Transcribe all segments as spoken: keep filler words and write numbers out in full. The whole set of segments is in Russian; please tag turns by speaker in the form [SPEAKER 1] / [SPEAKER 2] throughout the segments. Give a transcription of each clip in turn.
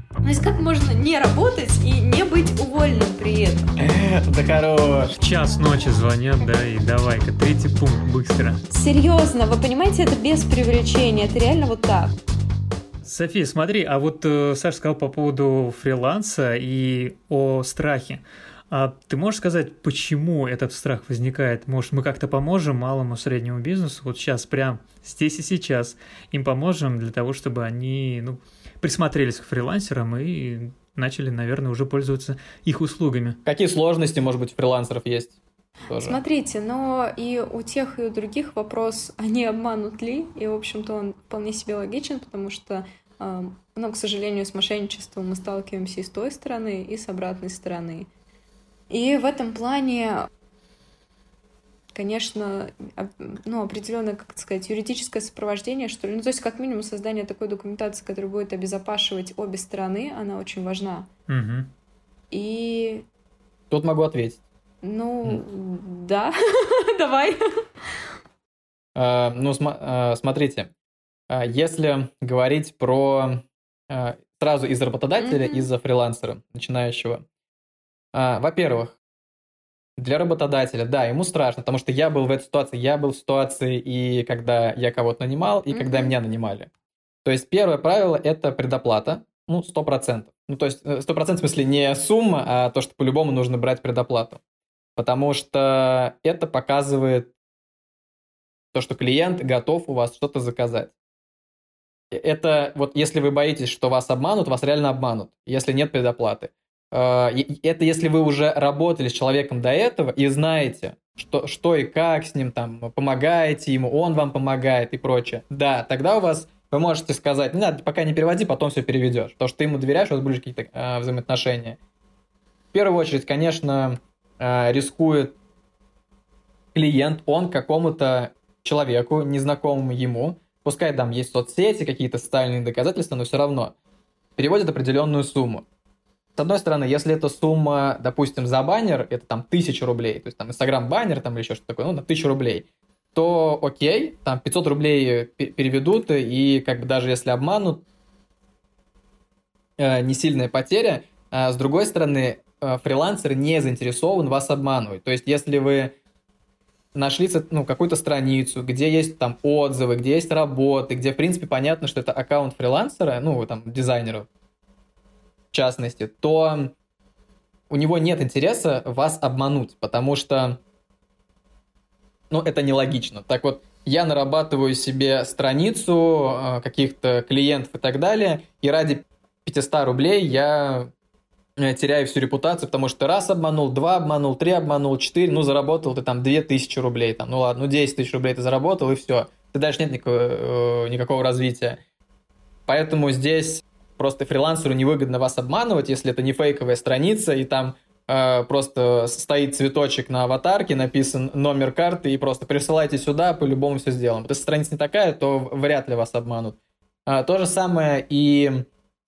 [SPEAKER 1] То есть как можно не работать и не быть уволенным при этом?
[SPEAKER 2] Да хорош.
[SPEAKER 3] В час ночи звонят, да, и давай-ка, третий пункт, быстро.
[SPEAKER 1] Серьезно, вы понимаете, это без преувеличения, это реально вот так.
[SPEAKER 3] София, смотри, а вот э, Саша сказал по поводу фриланса и о страхе. А ты можешь сказать, почему этот страх возникает? Может, мы как-то поможем малому среднему бизнесу вот сейчас, прям здесь и сейчас, им поможем для того, чтобы они, ну, присмотрелись к фрилансерам и начали, наверное, уже пользоваться их услугами.
[SPEAKER 2] Какие сложности, может быть, у фрилансеров есть? Тоже.
[SPEAKER 1] Смотрите, но и у тех, и у других вопрос, они обманут ли? И, в общем-то, он вполне себе логичен, потому что, э, ну, к сожалению, с мошенничеством мы сталкиваемся и с той стороны, и с обратной стороны. И в этом плане, конечно, ну, определенное, как сказать, юридическое сопровождение, что ли. Ну, то есть, как минимум, создание такой документации, которая будет обезопашивать обе стороны, она очень важна.
[SPEAKER 3] Угу.
[SPEAKER 1] И...
[SPEAKER 2] Тут могу ответить.
[SPEAKER 1] Ну, mm. да, давай.
[SPEAKER 2] Uh, ну, см- uh, смотрите, uh, если говорить про uh, сразу из работодателя, mm-hmm. из-за фрилансера, начинающего, uh, во-первых, для работодателя, да, ему страшно, потому что я был в этой ситуации, я был в ситуации, и когда я кого-то нанимал, и mm-hmm. когда меня нанимали. То есть первое правило – это предоплата, ну, сто процентов. Ну, то есть сто процентов в смысле не сумма, а то, что по-любому нужно брать предоплату. Потому что это показывает то, что клиент готов у вас что-то заказать. Это вот если вы боитесь, что вас обманут, вас реально обманут, если нет предоплаты. Это если вы уже работали с человеком до этого и знаете, что, что и как с ним, там, помогаете ему, он вам помогает и прочее. Да, тогда у вас, вы можете сказать, не надо, пока не переводи, потом все переведешь. Потому что ты ему доверяешь, у вас будут какие-то э, взаимоотношения. В первую очередь, конечно, рискует клиент, он какому-то человеку, незнакомому ему, пускай там есть соцсети, какие-то социальные доказательства, но все равно переводит определенную сумму. С одной стороны, если эта сумма, допустим, за баннер, это там тысяча рублей, то есть там инстаграм-баннер там или еще что-то такое, ну, на тысячу рублей, то окей, там пятьсот рублей переведут, и как бы даже если обманут, не сильная потеря. А с другой стороны, фрилансер не заинтересован вас обманывать. То есть, если вы нашли ну, какую-то страницу, где есть там отзывы, где есть работы, где, в принципе, понятно, что это аккаунт фрилансера, ну, там, дизайнера, в частности, то у него нет интереса вас обмануть, потому что, ну, это нелогично. Так вот, я нарабатываю себе страницу каких-то клиентов и так далее, и ради пятьсот рублей я теряю всю репутацию, потому что раз обманул, два обманул, три обманул, четыре, ну, заработал ты там две тысячи рублей, там, ну ладно, ну, десять тысяч рублей ты заработал, и все. Ты дальше нет никакого, никакого развития. Поэтому здесь просто фрилансеру невыгодно вас обманывать, если это не фейковая страница, и там э, просто стоит цветочек на аватарке, написан номер карты, и просто присылайте сюда, по-любому все сделаем. Если страница не такая, то вряд ли вас обманут. А, то же самое и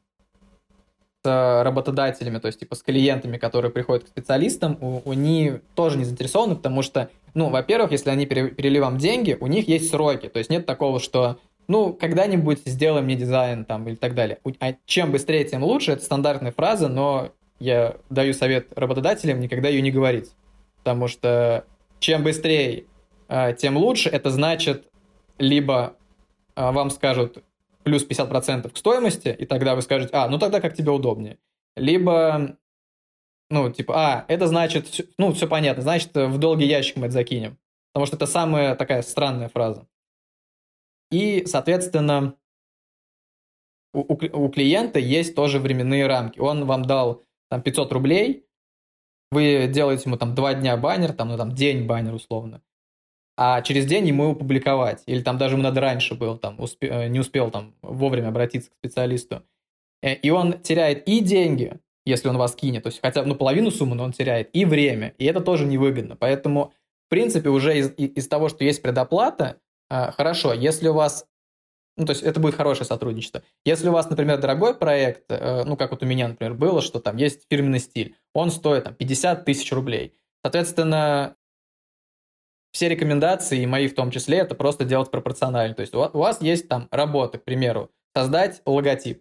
[SPEAKER 2] с работодателями, то есть типа с клиентами, которые приходят к специалистам, у, они тоже не заинтересованы, потому что, ну, во-первых, если они перевели вам деньги, у них есть сроки, то есть нет такого, что, ну, когда-нибудь сделай мне дизайн там или так далее. А чем быстрее, тем лучше, это стандартная фраза, но я даю совет работодателям никогда ее не говорить, потому что чем быстрее, тем лучше, это значит, либо вам скажут плюс пятьдесят процентов к стоимости, и тогда вы скажете, а, ну тогда как тебе удобнее. Либо, ну, типа, а, это значит, ну, все понятно, значит, в долгий ящик мы это закинем. Потому что это самая такая странная фраза. И, соответственно, у, у, у клиента есть тоже временные рамки. Он вам дал там пятьсот рублей, вы делаете ему там два дня баннер, там, ну, там, день баннер условно, а через день ему его публиковать. Или там даже ему надо раньше был, там, успе- не успел там вовремя обратиться к специалисту. И он теряет и деньги, если он вас кинет, то есть хотя бы ну, половину суммы, но он теряет, и время. И это тоже невыгодно. Поэтому, в принципе, уже из, из того, что есть предоплата, хорошо, если у вас, ну, то есть это будет хорошее сотрудничество. Если у вас, например, дорогой проект, ну, как вот у меня, например, было, что там есть фирменный стиль, он стоит там пятьдесят тысяч рублей. Соответственно, все рекомендации, и мои в том числе, это просто делать пропорционально. То есть у вас есть там работа, к примеру, создать логотип.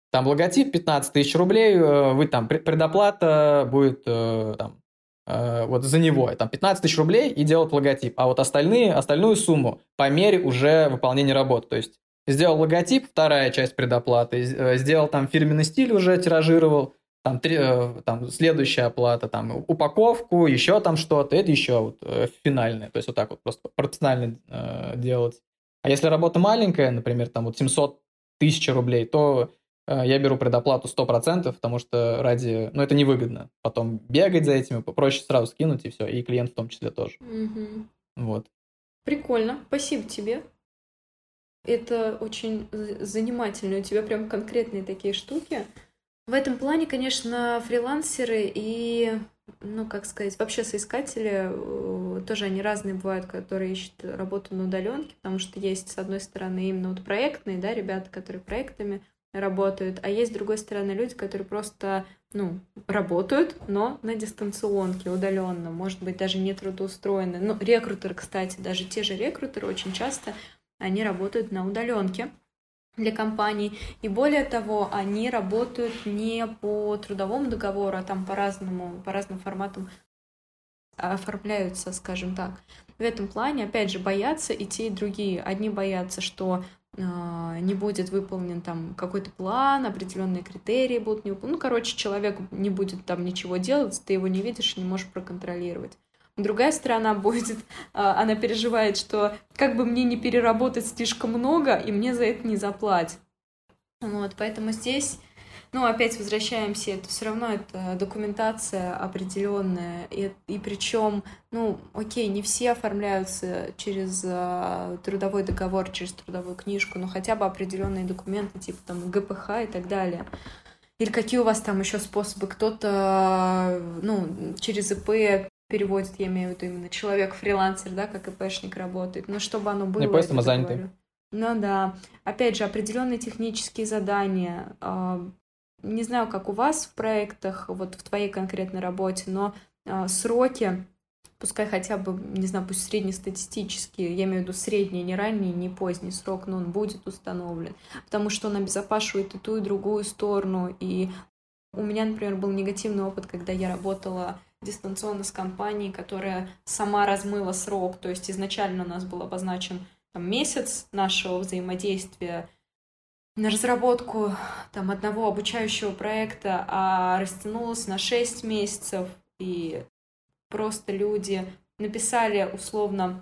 [SPEAKER 2] там логотип пятнадцать тысяч рублей, э, вы там пред- предоплата будет э, там, э, вот за него, там пятнадцать тысяч рублей и делают логотип, а вот остальные, остальную сумму по мере уже выполнения работы, то есть сделал логотип, вторая часть предоплаты, э, сделал там фирменный стиль, уже тиражировал, там, три, э, там следующая оплата, там упаковку, еще там что-то, это еще вот э, финальное, то есть вот так вот просто пропорционально э, делать. А если работа маленькая, например, там вот семьсот тысяч рублей, то э, я беру предоплату сто процентов, потому что ради, ну это невыгодно, потом бегать за этими, проще сразу скинуть и все, и клиент в том числе тоже.
[SPEAKER 1] Мгм.
[SPEAKER 2] Вот.
[SPEAKER 1] Прикольно, спасибо тебе. Это очень з- занимательно, у тебя прям конкретные такие штуки. В этом плане, конечно, фрилансеры и, ну, как сказать, вообще соискатели, э, тоже они разные бывают, которые ищут работу на удаленке, потому что есть, с одной стороны, именно вот проектные, да, ребята, которые проектами работают, а есть, с другой стороны, люди, которые просто, ну, работают, но на дистанционке, удаленно, может быть, даже не трудоустроены. Ну, рекрутеры, кстати, даже те же рекрутеры очень часто, они работают на удаленке для компаний. И более того, они работают не по трудовому договору, а там по-разному, по разным форматам оформляются, скажем так. В этом плане, опять же, боятся и те, и другие. Одни боятся, что э, не будет выполнен там какой-то план, определенные критерии будут не выполнены. Ну, короче, человек не будет там ничего делать, ты его не видишь и не можешь проконтролировать. Другая сторона будет, а, она переживает, что как бы мне не переработать слишком много, и мне за это не заплатят. Вот, поэтому здесь, ну, опять возвращаемся, это все равно это документация определенная, и, и причем, ну, окей, не все оформляются через а, трудовой договор, через трудовую книжку, но хотя бы определенные документы, типа там ГПХ и так далее. Или какие у вас там еще способы? Кто-то, ну, через ИП переводит, я имею в виду именно человек-фрилансер, да, как ИПшник работает, но чтобы оно было...
[SPEAKER 2] Не просто самозанятый.
[SPEAKER 1] Говорю. Ну да. Опять же, определенные технические задания. Не знаю, как у вас в проектах, вот в твоей конкретной работе, но сроки, пускай хотя бы, не знаю, пусть среднестатистические, я имею в виду средний, не ранний, не поздний срок, но он будет установлен, потому что он обезопашивает и ту, и другую сторону. И у меня, например, был негативный опыт, когда я работала дистанционно с компанией, которая сама размыла срок, то есть изначально у нас был обозначен там, месяц нашего взаимодействия на разработку там, одного обучающего проекта, а растянулось на шесть месяцев, и просто люди написали условно,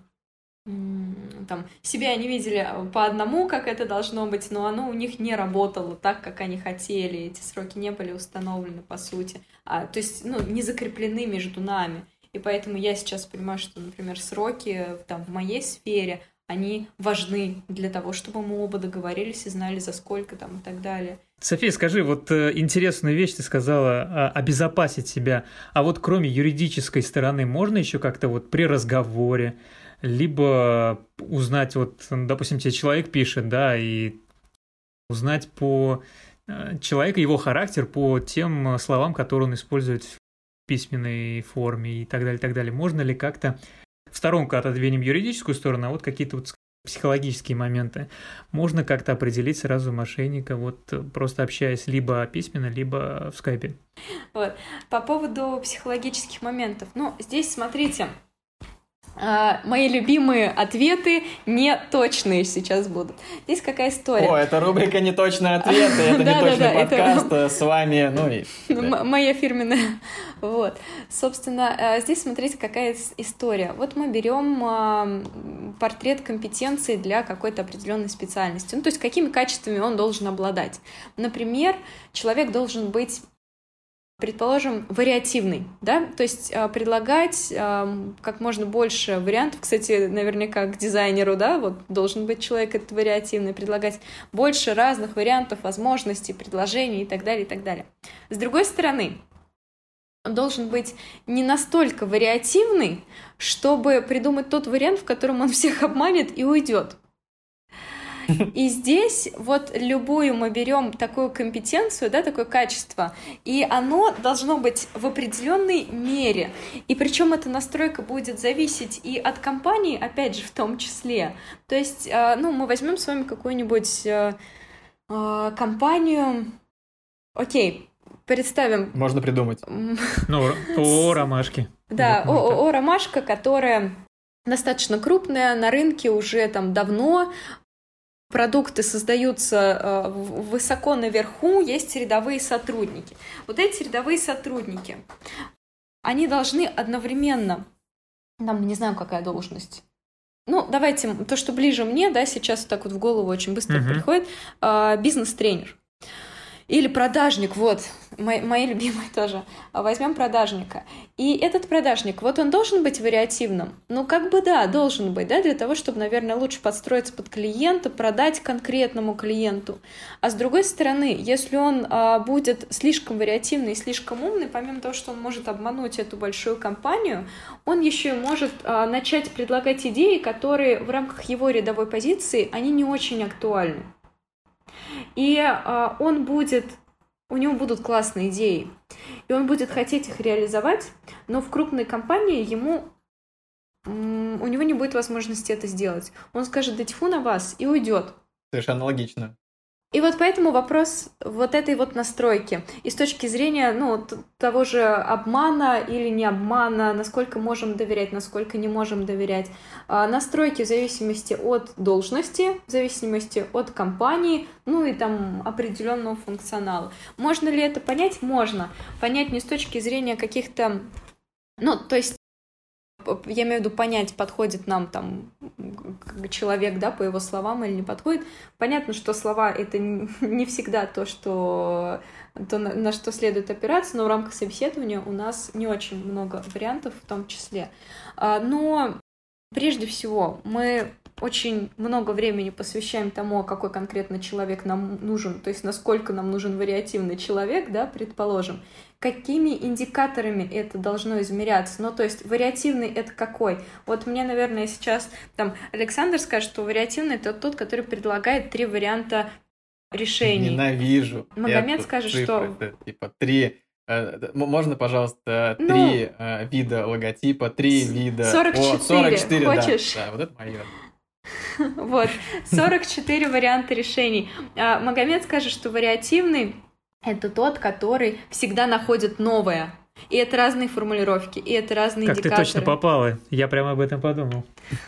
[SPEAKER 1] там, себе они видели по одному, как это должно быть, но оно у них не работало так, как они хотели, эти сроки не были установлены по сути, а, то есть, ну, не закреплены между нами, и поэтому я сейчас понимаю, что, например, сроки там, в моей сфере, они важны для того, чтобы мы оба договорились и знали, за сколько там и так далее.
[SPEAKER 3] София, скажи, вот э, интересную вещь ты сказала, э, обезопасить себя, а вот кроме юридической стороны можно еще как-то вот при разговоре, либо узнать, вот, допустим, тебе человек пишет, да, и узнать по э, человеку его характер по тем словам, которые он использует в письменной форме и так далее, и так далее. Можно ли как-то в сторонку отодвинем юридическую сторону, а вот какие-то вот психологические моменты можно как-то определить сразу мошенника, вот просто общаясь либо письменно, либо в скайпе?
[SPEAKER 1] Вот. По поводу психологических моментов. Ну, здесь, смотрите, мои любимые ответы не точные сейчас будут. Здесь какая история?
[SPEAKER 2] О, это рубрика «Неточные ответы», это неточный подкаст с вами, ну и...
[SPEAKER 1] Моя фирменная. Вот. Собственно, здесь смотрите, какая история. Вот мы берем портрет компетенции для какой-то определенной специальности. Ну, то есть, какими качествами он должен обладать. Например, человек должен быть, предположим, вариативный, да, то есть э, предлагать э, как можно больше вариантов, кстати, наверняка к дизайнеру, да, вот должен быть человек этот вариативный, предлагать больше разных вариантов, возможностей, предложений и так далее, и так далее. С другой стороны, он должен быть не настолько вариативный, чтобы придумать тот вариант, в котором он всех обманет и уйдет. И здесь вот любую мы берем такую компетенцию, да, такое качество, и оно должно быть в определенной мере. И причем эта настройка будет зависеть и от компании, опять же, в том числе. То есть, ну, мы возьмем с вами какую-нибудь компанию, Окей, представим...
[SPEAKER 2] Можно придумать.
[SPEAKER 3] Ну, ООО «Ромашки».
[SPEAKER 1] Да, ООО «Ромашка», которая достаточно крупная, на рынке уже там давно. Продукты создаются высоко наверху, есть рядовые сотрудники. Вот эти рядовые сотрудники, они должны одновременно, там, не знаю, какая должность. Ну, давайте, то, что ближе мне, да, сейчас так вот в голову очень быстро uh-huh. приходит, бизнес-тренер. Или продажник, вот, мои, мои любимые тоже. Возьмем продажника. И этот продажник, вот он должен быть вариативным? Ну, как бы да, должен быть, да, для того, чтобы, наверное, лучше подстроиться под клиента, продать конкретному клиенту. А с другой стороны, если он а, будет слишком вариативный и слишком умный, помимо того, что он может обмануть эту большую компанию, он еще и может а, начать предлагать идеи, которые в рамках его рядовой позиции, они не очень актуальны. И а, он будет, у него будут классные идеи, и он будет хотеть их реализовать, но в крупной компании ему, м, у него не будет возможности это сделать. Он скажет: да тьфу на вас, и уйдет.
[SPEAKER 2] Совершенно логично.
[SPEAKER 1] И вот поэтому вопрос вот этой вот настройки. И с точки зрения, ну, того же обмана или не обмана, насколько можем доверять, насколько не можем доверять. Настройки в зависимости от должности, в зависимости от компании, ну и там определенного функционала. Можно ли это понять? Можно. Понять не с точки зрения каких-то... Ну, то есть я имею в виду понять, подходит нам там человек, да, по его словам или не подходит. Понятно, что слова — это не всегда то, что, то, на, на что следует опираться, но в рамках собеседования у нас не очень много вариантов в том числе. Но прежде всего мы очень много времени посвящаем тому, какой конкретно человек нам нужен, то есть насколько нам нужен вариативный человек, да, предположим, какими индикаторами это должно измеряться. Ну, то есть вариативный — это какой? Вот мне, наверное, сейчас там Александр скажет, что вариативный — это тот, который предлагает три варианта решений.
[SPEAKER 2] Ненавижу.
[SPEAKER 1] Магомед скажет, что...
[SPEAKER 2] Это, типа три... Можно, пожалуйста, три ну, вида логотипа, три вида...
[SPEAKER 1] сорок четыре, О, сорок четыре, хочешь?
[SPEAKER 2] Да, да, вот это мое.
[SPEAKER 1] Вот, сорок четыре варианта решений. Магомед скажет, что вариативный — это тот, который всегда находит новое. И это разные формулировки, и это разные
[SPEAKER 3] как
[SPEAKER 1] индикаторы.
[SPEAKER 3] Как ты точно попала, я прямо об этом подумал.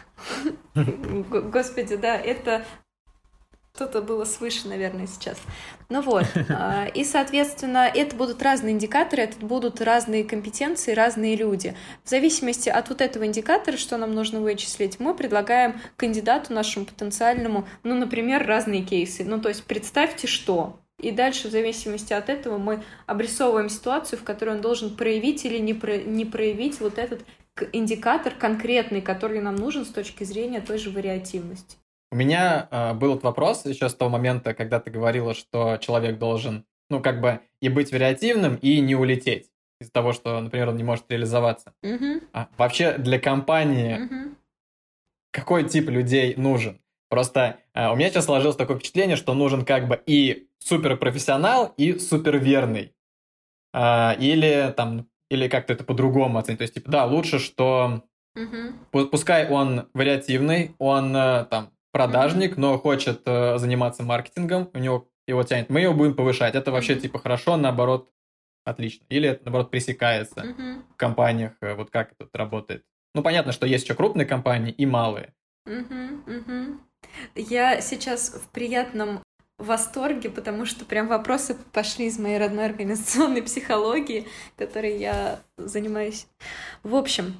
[SPEAKER 1] Господи, да, это... Что-то было свыше, наверное, сейчас. Ну вот. И, соответственно, это будут разные индикаторы, это будут разные компетенции, разные люди. В зависимости от вот этого индикатора, что нам нужно вычислить, мы предлагаем кандидату нашему потенциальному, ну, например, разные кейсы. Ну, то есть представьте, что... И дальше, в зависимости от этого, мы обрисовываем ситуацию, в которой он должен проявить или не, про... не проявить вот этот индикатор конкретный, который нам нужен с точки зрения той же вариативности.
[SPEAKER 2] У меня э, был вот вопрос еще с того момента, когда ты говорила, что человек должен, ну, как бы и быть вариативным, и не улететь из-за того, что, например, он не может реализоваться.
[SPEAKER 1] Mm-hmm.
[SPEAKER 2] А вообще для компании mm-hmm. какой тип людей нужен? Просто э, у меня сейчас сложилось такое впечатление, что нужен как бы и суперпрофессионал, и суперверный. Э, или там, или как-то это по-другому оценить. То есть, типа, да, лучше, что mm-hmm. пускай он вариативный, он э, там продажник, mm-hmm. но хочет э, заниматься маркетингом, у него его тянет, мы его будем повышать. Это вообще mm-hmm. типа хорошо, наоборот, отлично. Или это, наоборот, пресекается mm-hmm. в компаниях, э, вот как это работает. Ну, понятно, что есть еще крупные компании и малые.
[SPEAKER 1] Mm-hmm. Mm-hmm. Я сейчас в приятном восторге, потому что прям вопросы пошли из моей родной организационной психологии, которой я занимаюсь. В общем,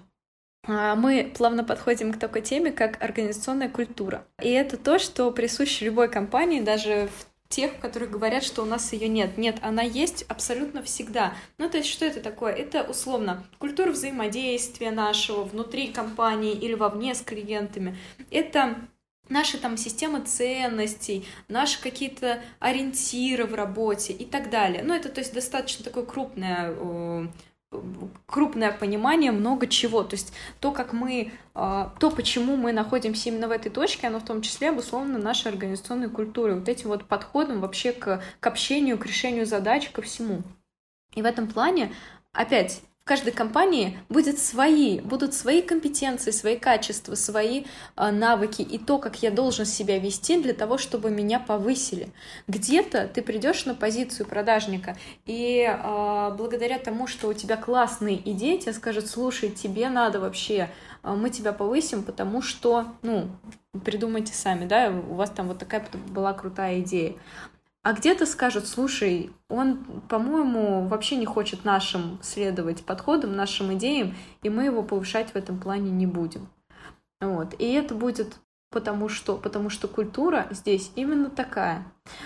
[SPEAKER 1] мы плавно подходим к такой теме, как организационная культура. И это то, что присуще любой компании, даже в тех, в которых говорят, что у нас ее нет. Нет, она есть абсолютно всегда. Ну, то есть, что это такое? Это, условно, культура взаимодействия нашего внутри компании или вовне с клиентами. Это наши там системы ценностей, наши какие-то ориентиры в работе и так далее. Ну, это, то есть, достаточно такое крупное... крупное понимание много чего, то есть то, как мы, то, почему мы находимся именно в этой точке, оно в том числе обусловлено нашей организационной культурой, вот этим вот подходом вообще к, к общению, к решению задач, ко всему. И в этом плане, опять, каждой компании будет свои, будут свои компетенции, свои качества, свои э, навыки и то, как я должен себя вести для того, чтобы меня повысили. Где-то ты придешь на позицию продажника, и э, благодаря тому, что у тебя классные идеи, тебе скажут: слушай, тебе надо вообще, э, мы тебя повысим, потому что, ну, придумайте сами, да, у вас там вот такая была крутая идея. А где-то скажут: слушай, он, по-моему, вообще не хочет нашим следовать подходам, нашим идеям, и мы его повышать в этом плане не будем. Вот. И это будет потому что, потому что культура здесь именно такая.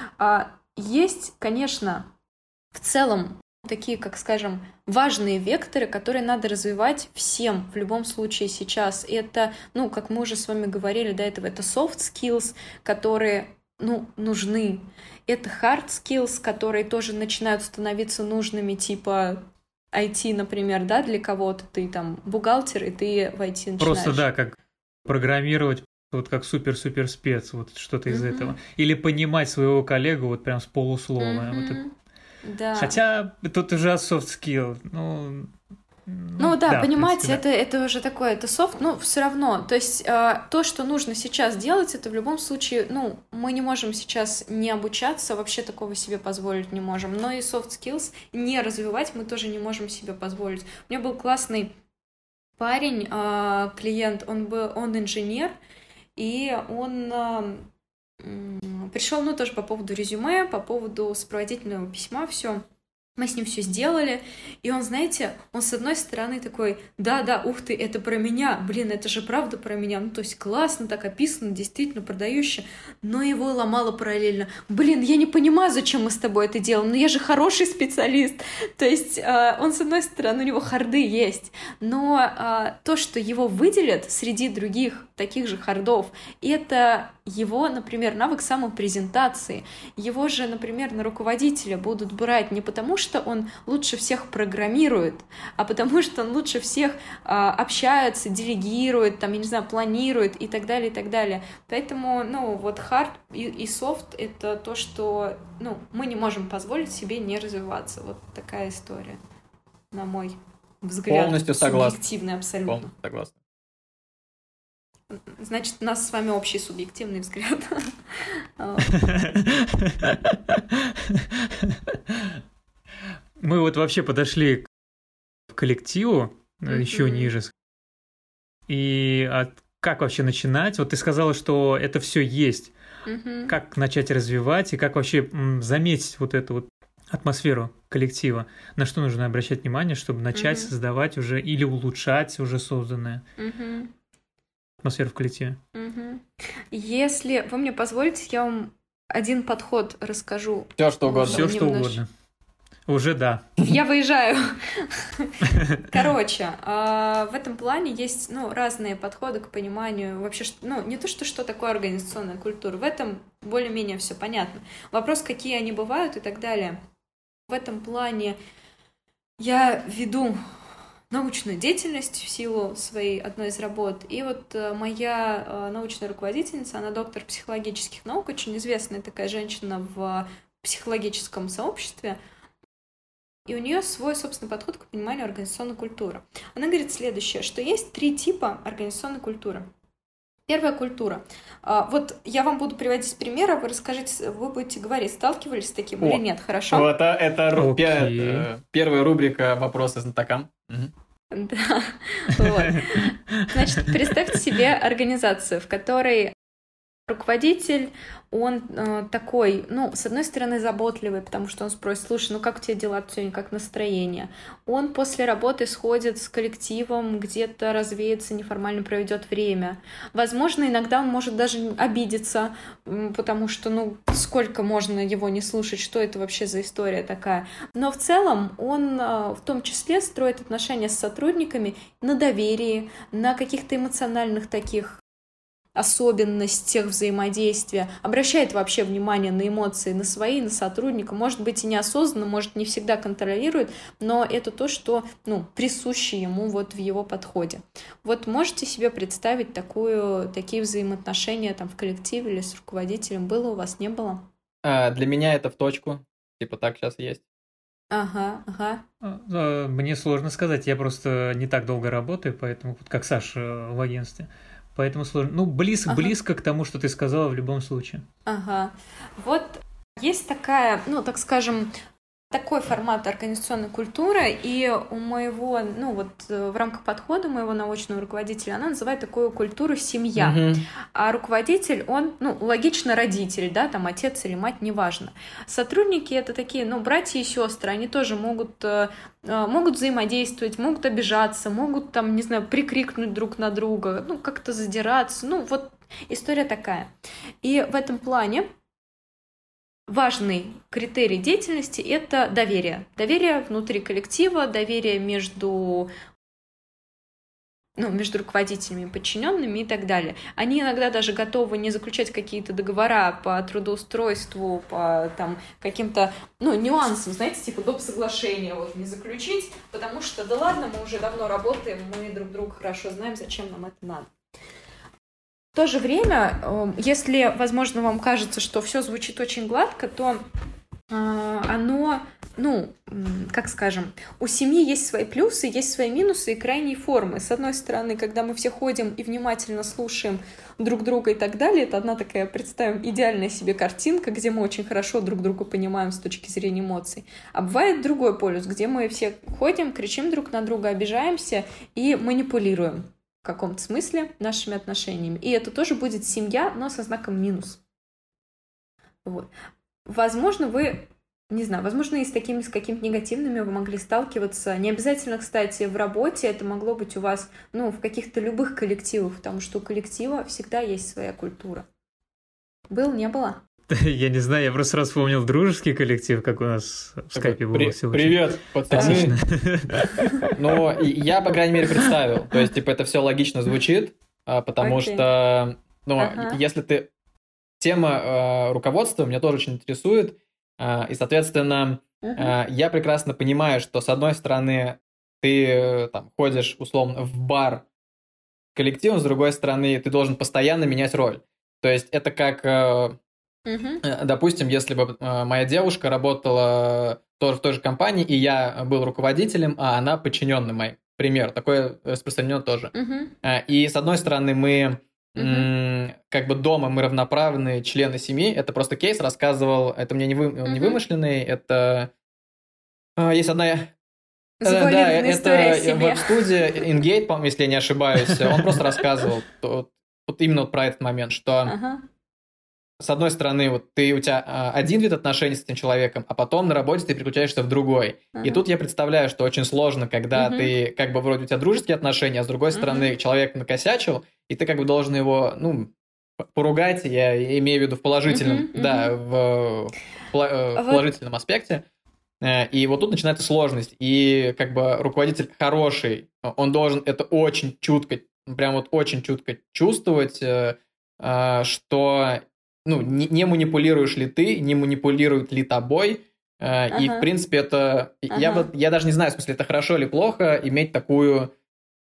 [SPEAKER 1] А есть, конечно, в целом такие, как скажем, важные векторы, которые надо развивать всем в любом случае сейчас. И это, ну, как мы уже с вами говорили до этого, это soft skills, которые, ну, нужны. Это hard skills, которые тоже начинают становиться нужными, типа ай ти, например, да, для кого-то. Ты там бухгалтер, и ты в ай ти начинаешь.
[SPEAKER 3] Просто, да, как программировать, вот как супер-супер спец, вот что-то из mm-hmm. этого. Или понимать своего коллегу вот прям с полуслова. Mm-hmm. Вот это... Да. Хотя тут уже soft skill, ну...
[SPEAKER 1] Ну да, да, понимаете, принципе, да. это, это уже такое, это софт, но все равно. То есть э, то, что нужно сейчас делать, это в любом случае, ну, мы не можем сейчас не обучаться, вообще такого себе позволить не можем. Но и soft skills не развивать мы тоже не можем себе позволить. У меня был классный парень, э, клиент, он был, он инженер, и он э, э, пришел, ну, тоже по поводу резюме, по поводу сопроводительного письма, все. Мы с ним все сделали, и он, знаете, он с одной стороны такой: да-да, ух ты, это про меня, блин, это же правда про меня, ну, то есть классно так описано, действительно продающе, но его ломало параллельно: блин, я не понимаю, зачем мы с тобой это делаем, но я же хороший специалист, то есть э, он, с одной стороны, у него харды есть, но э, то, что его выделят среди других таких же хардов, это его, например, навык самопрезентации. Его же, например, на руководителя будут брать не потому, что он лучше всех программирует, а потому что он лучше всех а, общается, делегирует, там, я не знаю, планирует и так далее, и так далее. Поэтому, ну, вот hard и, и soft — это то, что, ну, мы не можем позволить себе не развиваться. Вот такая история, на мой взгляд.
[SPEAKER 2] Полностью согласен.
[SPEAKER 1] Субъективный абсолютно.
[SPEAKER 2] Полностью согласен.
[SPEAKER 1] Значит, у нас с вами общий субъективный взгляд.
[SPEAKER 3] Мы вот вообще подошли к коллективу еще ниже. И как вообще начинать? Вот ты сказала, что это все есть. Как начать развивать и как вообще заметить вот эту вот атмосферу коллектива? На что нужно обращать внимание, чтобы начать создавать уже или улучшать уже созданное? Атмосферу в коллективе.
[SPEAKER 1] Угу. Если вы мне позволите, я вам один подход расскажу.
[SPEAKER 2] Все, что угодно.
[SPEAKER 3] Все, что угодно. Уже да.
[SPEAKER 1] Я выезжаю. Короче, в этом плане есть, ну, разные подходы к пониманию вообще, ну, не то, что что такое организационная культура. В этом более-менее все понятно. Вопрос, какие они бывают и так далее. В этом плане я веду научную деятельность в силу своей одной из работ. И вот э, моя э, научная руководительница, она доктор психологических наук, очень известная такая женщина в психологическом сообществе. И у нее свой собственный подход к пониманию организационной культуры. Она говорит следующее, что есть три типа организационной культуры. Первая культура. А, вот я вам буду приводить примеры, вы расскажите, вы будете говорить, сталкивались с таким О, или нет, хорошо?
[SPEAKER 2] Это, это okay. первая рубрика «Вопросы знатокам». Угу.
[SPEAKER 1] Да, вот. Значит, представьте себе организацию, в которой руководитель, он э, такой, ну, с одной стороны, заботливый, потому что он спросит: слушай, ну как у тебя дела сегодня, как настроение? Он после работы сходит с коллективом, где-то развеется, неформально проведет время. Возможно, иногда он может даже обидеться, потому что, ну, сколько можно его не слушать, что это вообще за история такая. Но в целом он э, в том числе строит отношения с сотрудниками на доверии, на каких-то эмоциональных таких особенностях взаимодействия, обращает вообще внимание на эмоции, на свои, на сотрудника, может быть и неосознанно, может не всегда контролирует, но это то, что, ну, присуще ему вот в его подходе. Вот можете себе представить такую, такие взаимоотношения там в коллективе или с руководителем? Было у вас, не было?
[SPEAKER 2] А, для меня это в точку, типа так сейчас есть.
[SPEAKER 1] Ага, ага.
[SPEAKER 3] А, Мне сложно сказать, я просто не так долго работаю, поэтому, вот как Саша в агентстве, поэтому сложно. Ну, близко,
[SPEAKER 1] Ага.
[SPEAKER 3] близко к тому, что ты сказала в любом случае.
[SPEAKER 1] Ага. Вот есть такая, ну, так скажем, такой формат организационной культуры, и у моего, ну, вот э, в рамках подхода моего научного руководителя, она называет такую культуру семья.
[SPEAKER 2] Мгм.
[SPEAKER 1] А руководитель, он, ну, логично, родитель, да, там отец или мать, неважно. Сотрудники — это такие, ну, братья и сестры, они тоже могут, э, э, могут взаимодействовать, могут обижаться, могут, там, не знаю, прикрикнуть друг на друга, ну, как-то задираться, ну, вот история такая. И в этом плане важный критерий деятельности — это доверие. Доверие внутри коллектива, доверие между, ну, между руководителями и подчиненными и так далее. Они иногда даже готовы не заключать какие-то договора по трудоустройству, по там, каким-то, ну, нюансам, знаете, типа доп. Соглашения вот не заключить, потому что, да ладно, мы уже давно работаем, мы друг друга хорошо знаем, зачем нам это надо. В то же время, если, возможно, вам кажется, что все звучит очень гладко, то оно, ну, как скажем, у семьи есть свои плюсы, есть свои минусы и крайние формы. С одной стороны, когда мы все ходим и внимательно слушаем друг друга и так далее, это одна такая, представим, идеальная себе картинка, где мы очень хорошо друг друга понимаем с точки зрения эмоций. А бывает другой полюс, где мы все ходим, кричим друг на друга, обижаемся и манипулируем в каком-то смысле нашими отношениями. И это тоже будет семья, но со знаком минус. Вот. Возможно, вы, не знаю, возможно, и с такими, с какими-то негативными вы могли сталкиваться. Не обязательно, кстати, в работе, это могло быть у вас, ну, в каких-то любых коллективах, потому что у коллектива всегда есть своя культура. Был, не было?
[SPEAKER 3] Я не знаю, я просто раз вспомнил дружеский коллектив, как у нас в скайпе было
[SPEAKER 2] При-
[SPEAKER 3] все.
[SPEAKER 2] Привет, пацаны.
[SPEAKER 3] Токсично.
[SPEAKER 2] Ну, и я, по крайней мере, представил. То есть, типа, это все логично звучит, а, потому
[SPEAKER 1] Окей.
[SPEAKER 2] что, ну,
[SPEAKER 1] Ага.
[SPEAKER 2] если ты... Тема э, руководства меня тоже очень интересует, э, и, соответственно,
[SPEAKER 1] Мгм.
[SPEAKER 2] э, я прекрасно понимаю, что, с одной стороны, ты э, там ходишь, условно, в бар коллективом, с другой стороны, ты должен постоянно менять роль. То есть, это как... э,
[SPEAKER 1] Мгм.
[SPEAKER 2] Э, Допустим, если бы э, моя девушка работала тоже в той же компании, и я был руководителем, а она подчиненным моим. Пример. Такое распространено тоже.
[SPEAKER 1] Мгм.
[SPEAKER 2] Э, И с одной стороны, мы
[SPEAKER 1] Мгм.
[SPEAKER 2] м, как бы дома мы равноправные члены семьи. Это просто кейс рассказывал. Это мне не, вы, не
[SPEAKER 1] Мгм.
[SPEAKER 2] вымышленный. Это э, есть одна... э, Да,
[SPEAKER 1] Завуалированная история о
[SPEAKER 2] это
[SPEAKER 1] себе.
[SPEAKER 2] веб-студия Ingate, по-моему, если я не ошибаюсь. Он просто рассказывал то- вот именно вот про этот момент, что
[SPEAKER 1] Ага.
[SPEAKER 2] с одной стороны, вот ты, у тебя а, один вид отношений с этим человеком, а потом на работе ты переключаешься в другой. И
[SPEAKER 1] Ага.
[SPEAKER 2] тут я представляю, что очень сложно, когда
[SPEAKER 1] Мгм.
[SPEAKER 2] ты, как бы, вроде у тебя дружеские отношения, а с другой
[SPEAKER 1] Мгм.
[SPEAKER 2] стороны, человек накосячил, и ты, как бы, должен его, ну, п- поругать, я имею в виду в положительном,
[SPEAKER 1] Мгм,
[SPEAKER 2] да,
[SPEAKER 1] мгм.
[SPEAKER 2] в, пла- э,
[SPEAKER 1] А
[SPEAKER 2] в
[SPEAKER 1] вот-
[SPEAKER 2] положительном аспекте. Э, И вот тут начинается сложность. И, как бы, руководитель хороший, он должен это очень чутко, прям вот очень чутко чувствовать, э, э, что ну, не, не манипулируешь ли ты, не манипулируют ли тобой. э, И, в
[SPEAKER 1] Ага.
[SPEAKER 2] принципе, это... Я,
[SPEAKER 1] Ага.
[SPEAKER 2] вот, я даже не знаю, в смысле, это хорошо или плохо, иметь такую,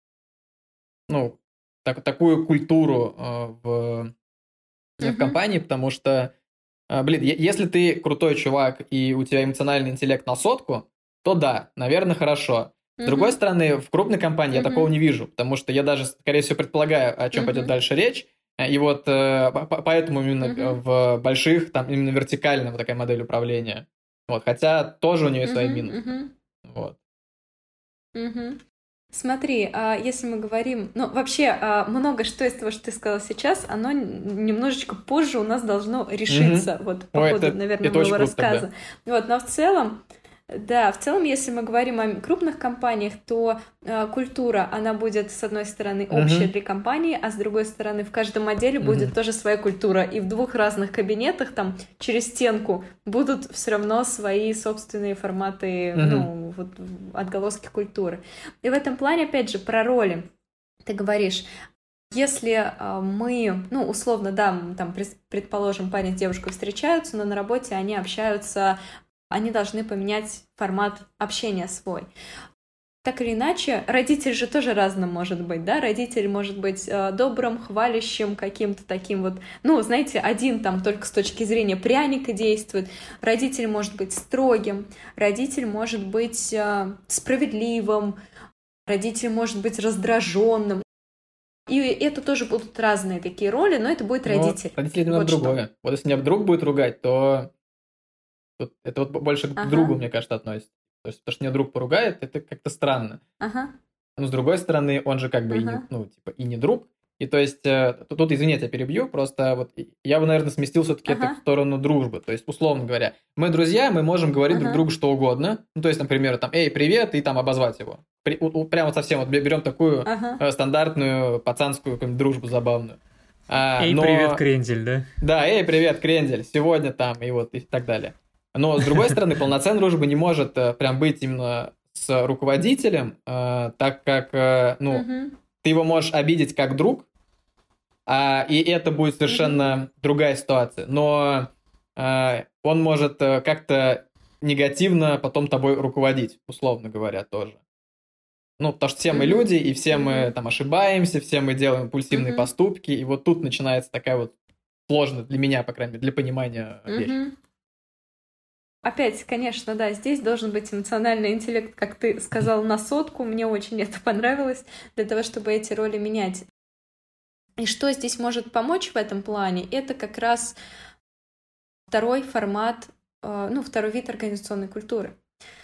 [SPEAKER 2] ну, так- такую культуру э, в, в
[SPEAKER 1] Мгм.
[SPEAKER 2] компании, потому что, э, блин, е- если ты крутой чувак и у тебя эмоциональный интеллект на сотку, то да, наверное, хорошо. С другой
[SPEAKER 1] Мгм.
[SPEAKER 2] стороны, в крупной компании я
[SPEAKER 1] Мгм.
[SPEAKER 2] такого не вижу, потому что я даже, скорее всего, предполагаю, о чем пойдет
[SPEAKER 1] Мгм.
[SPEAKER 2] дальше речь. Э, И вот э, по- по- поэтому именно э,
[SPEAKER 1] Мгм.
[SPEAKER 2] в больших, там именно вертикальная вот такая модель управления. Вот, хотя тоже у нее есть свои
[SPEAKER 1] Мгм.
[SPEAKER 2] минусы.
[SPEAKER 1] Мгм.
[SPEAKER 2] Вот.
[SPEAKER 1] Мгм. Смотри, а если мы говорим, ну вообще а, много что из того, что ты сказала сейчас, оно н- немножечко позже у нас должно решиться, вот по
[SPEAKER 2] Ой,
[SPEAKER 1] ходу,
[SPEAKER 2] это-
[SPEAKER 1] наверное,
[SPEAKER 2] это очень
[SPEAKER 1] моего
[SPEAKER 2] круто тогда.
[SPEAKER 1] рассказа. Вот, но в целом, да, в целом, если мы говорим о крупных компаниях, то э, культура, она будет, с одной стороны, общая
[SPEAKER 2] Мгм.
[SPEAKER 1] для компании, а с другой стороны, в каждом отделе
[SPEAKER 2] Мгм.
[SPEAKER 1] будет тоже своя культура. И в двух разных кабинетах, там, через стенку, будут все равно свои собственные форматы,
[SPEAKER 2] Мгм.
[SPEAKER 1] ну, вот, отголоски культуры. И в этом плане, опять же, про роли. Ты говоришь, если э, мы, ну, условно, да, м, там, пред- предположим, парень с девушкой встречаются, но на работе они общаются, они должны поменять формат общения свой. так или иначе, родитель же тоже разным может быть, да, родитель может быть э, добрым, хвалящим, каким-то таким вот, ну, знаете, один там только с точки зрения пряника действует, родитель может быть строгим, родитель может быть э, справедливым, родитель может быть раздраженным, и это тоже будут разные такие роли, но это будет
[SPEAKER 2] Но
[SPEAKER 1] родитель.
[SPEAKER 2] родители это вот другое. Что. Вот если меня друг будет ругать, то вот это вот больше к ага. другу, мне кажется, относится. То есть, то, что меня друг поругает, это как-то странно.
[SPEAKER 1] Ага.
[SPEAKER 2] Но с другой стороны, он же как бы ага. и не, ну, типа, и не друг. И то есть, тут, тут извините, я перебью, просто вот я бы, наверное, сместил все-таки ага. это в сторону дружбы. То есть, условно говоря, мы друзья, мы можем говорить ага. друг другу что угодно. Ну, то есть, например, там, эй, привет, и там обозвать его. При, у, у, прямо совсем вот берем такую ага. стандартную пацанскую дружбу забавную.
[SPEAKER 3] А, эй, но... привет, крендель, да?
[SPEAKER 2] Да, эй, привет, крендель, сегодня там, и вот, и так далее. Но, с другой стороны, полноценная дружба не может прям быть именно с руководителем, так как, ну, угу. ты его можешь обидеть как друг, и это будет совершенно угу. другая ситуация. Но он может как-то негативно потом тобой руководить, условно говоря, тоже. Ну, потому что все мы люди, и все мы там ошибаемся, все мы делаем импульсивные угу. поступки, и вот тут начинается такая вот сложная для меня, по крайней мере, для понимания угу. вещь.
[SPEAKER 1] Опять, конечно, да, здесь должен быть эмоциональный интеллект, как ты сказал, на сотку. Мне очень это понравилось, для того, чтобы эти роли менять. И что здесь может помочь в этом плане? Это как раз второй формат, ну, второй вид организационной культуры.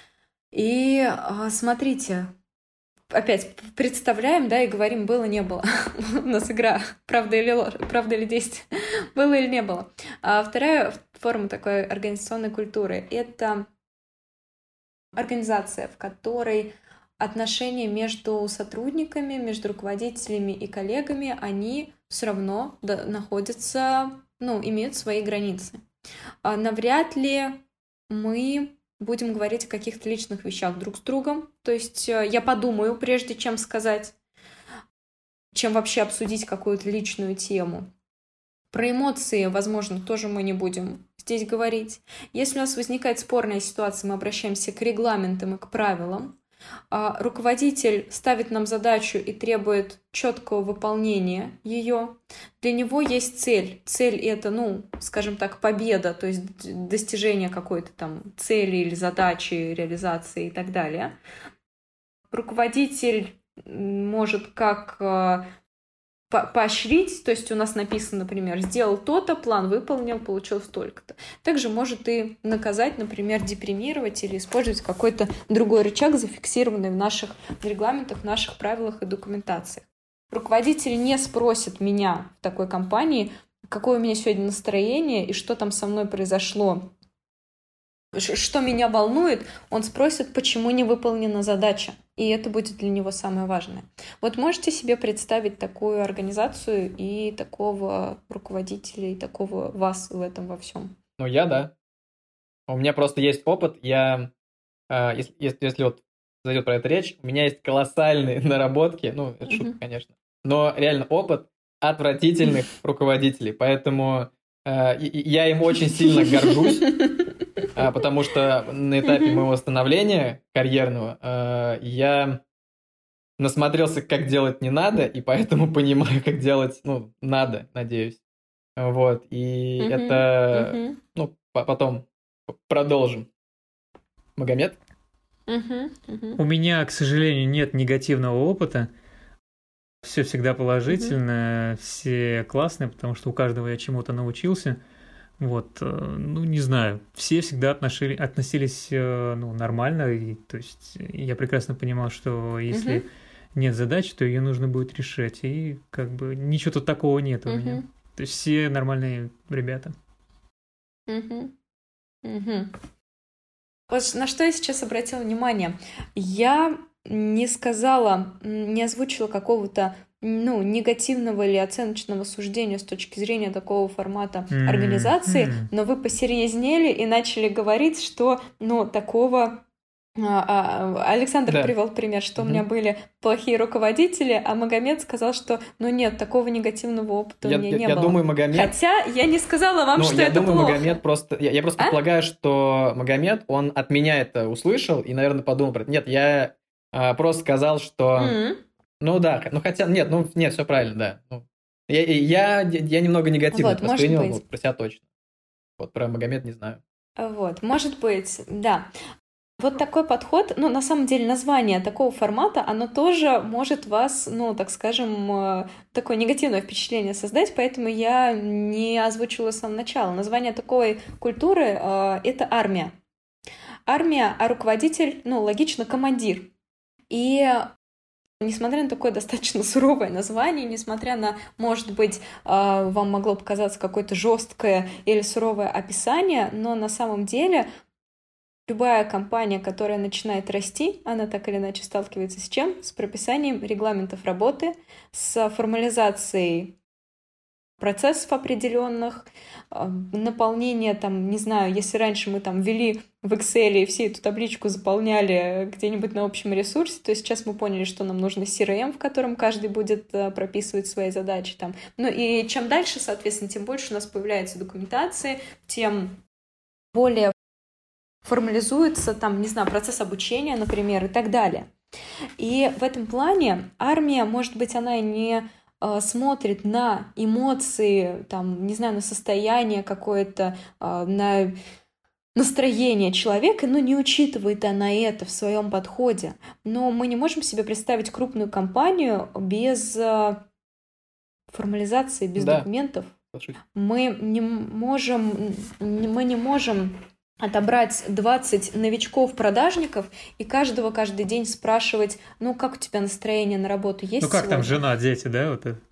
[SPEAKER 1] И смотрите, опять представляем, да, и говорим, было, не было. У нас игра «Правда или ложь», «Правда или действие», было или не было. А вторая форма такой организационной культуры — это организация, в которой отношения между сотрудниками, между руководителями и коллегами, они все равно находятся, ну, имеют свои границы. А навряд ли мы будем говорить о каких-то личных вещах друг с другом. То есть я подумаю, прежде чем сказать, чем вообще обсудить какую-то личную тему. Про эмоции, возможно, тоже мы не будем здесь говорить. Если у нас возникает спорная ситуация, мы обращаемся к регламентам и к правилам. Руководитель ставит нам задачу и требует четкого выполнения ее. Для него есть цель. Цель — это, ну, скажем так, победа, то есть достижение какой-то там цели или задачи, реализации и так далее. Руководитель может как поощрить, то есть у нас написано, например, сделал то-то, план выполнил, получил столько-то. Также может и наказать, например, депримировать или использовать какой-то другой рычаг, зафиксированный в наших регламентах, в наших правилах и документациях. Руководитель не спросит меня в такой компании, какое у меня сегодня настроение и что там со мной произошло, что меня волнует. Он спросит, почему не выполнена задача. И это будет для него самое важное. Вот можете себе представить такую организацию и такого руководителя, и такого вас в этом во всем?
[SPEAKER 2] Ну, я, да. У меня просто есть опыт. Я, э, если, если, если вот зайдет про это речь, у меня есть колоссальные наработки, ну, это шутка, конечно, но реально опыт отвратительных руководителей. Поэтому э, я им очень сильно горжусь. Потому что на этапе моего становления карьерного э, я насмотрелся, как делать не надо, и поэтому понимаю, как делать, ну, надо, надеюсь. Вот, и uh-huh, это, uh-huh. ну, потом продолжим. Магомед?
[SPEAKER 3] Uh-huh, uh-huh. У меня, к сожалению, нет негативного опыта. Все всегда положительно, uh-huh. все классные, потому что у каждого я чему-то научился. Вот, ну, не знаю, все всегда отношили, относились, ну, нормально, и, то есть я прекрасно понимал, что если uh-huh. нет задачи, то ее нужно будет решать, и как бы ничего тут такого нет у uh-huh. меня. То есть все нормальные ребята.
[SPEAKER 1] Uh-huh. Uh-huh. Вот на что я сейчас обратила внимание. Я не сказала, не озвучила какого-то, ну, негативного или оценочного суждения с точки зрения такого формата mm-hmm. организации, mm-hmm. но вы посерьезнели и начали говорить, что, ну, такого... Александр да. привел пример, что mm-hmm. у меня были плохие руководители, а Магомед сказал, что, ну, нет, такого негативного опыта
[SPEAKER 2] я,
[SPEAKER 1] у меня
[SPEAKER 2] я,
[SPEAKER 1] не
[SPEAKER 2] я
[SPEAKER 1] было.
[SPEAKER 2] Думаю, Магомед...
[SPEAKER 1] Хотя я не сказала вам,
[SPEAKER 2] ну,
[SPEAKER 1] что
[SPEAKER 2] я
[SPEAKER 1] это
[SPEAKER 2] думаю,
[SPEAKER 1] плохо.
[SPEAKER 2] Магомед просто... Я, я просто а? предполагаю, что Магомед, он от меня это услышал и, наверное, подумал про это. Нет, я... а, просто сказал, что...
[SPEAKER 1] М.
[SPEAKER 2] Ну да, ну хотя... Нет, ну нет, все правильно, да. Ну, я, я, я немного негативно
[SPEAKER 1] Вот,
[SPEAKER 2] это
[SPEAKER 1] может
[SPEAKER 2] воспринял,
[SPEAKER 1] быть.
[SPEAKER 2] вот про себя точно. Вот про Магомед не знаю.
[SPEAKER 1] Вот, может быть, да. Вот такой подход, ну, на самом деле, название такого формата, оно тоже может вас, ну, так скажем, э, такое негативное впечатление создать, поэтому я не озвучила с самого начала. Название такой культуры э, — это армия. Армия, а руководитель, ну, логично, командир. И несмотря на такое достаточно суровое название, несмотря на, может быть, э, вам могло показаться какое-то жесткое или суровое описание, но на самом деле любая компания, которая начинает расти, она так или иначе сталкивается с чем? С прописанием регламентов работы, с формализацией процессов определенных, э, наполнение там, не знаю, если раньше мы там ввели в Excel и все эту табличку заполняли где-нибудь на общем ресурсе, то сейчас мы поняли, что нам нужно си ар эм, в котором каждый будет э, прописывать свои задачи там. Ну и чем дальше, соответственно, тем больше у нас появляется документации, тем более формализуется там, не знаю, процесс обучения, например, и так далее. И в этом плане армия, может быть, она не э, смотрит на эмоции, там, не знаю, на состояние какое-то, э, на настроение человека, но не учитывает она это в своем подходе. Но мы не можем себе представить крупную компанию без э, формализации, без
[SPEAKER 2] Да.
[SPEAKER 1] документов.
[SPEAKER 2] Слушайте.
[SPEAKER 1] Мы не можем, мы не можем отобрать двадцать новичков-продажников и каждого каждый день спрашивать, ну, как у тебя настроение на работу есть
[SPEAKER 3] Ну как
[SPEAKER 1] сегодня?
[SPEAKER 3] там жена, дети, да, вот это?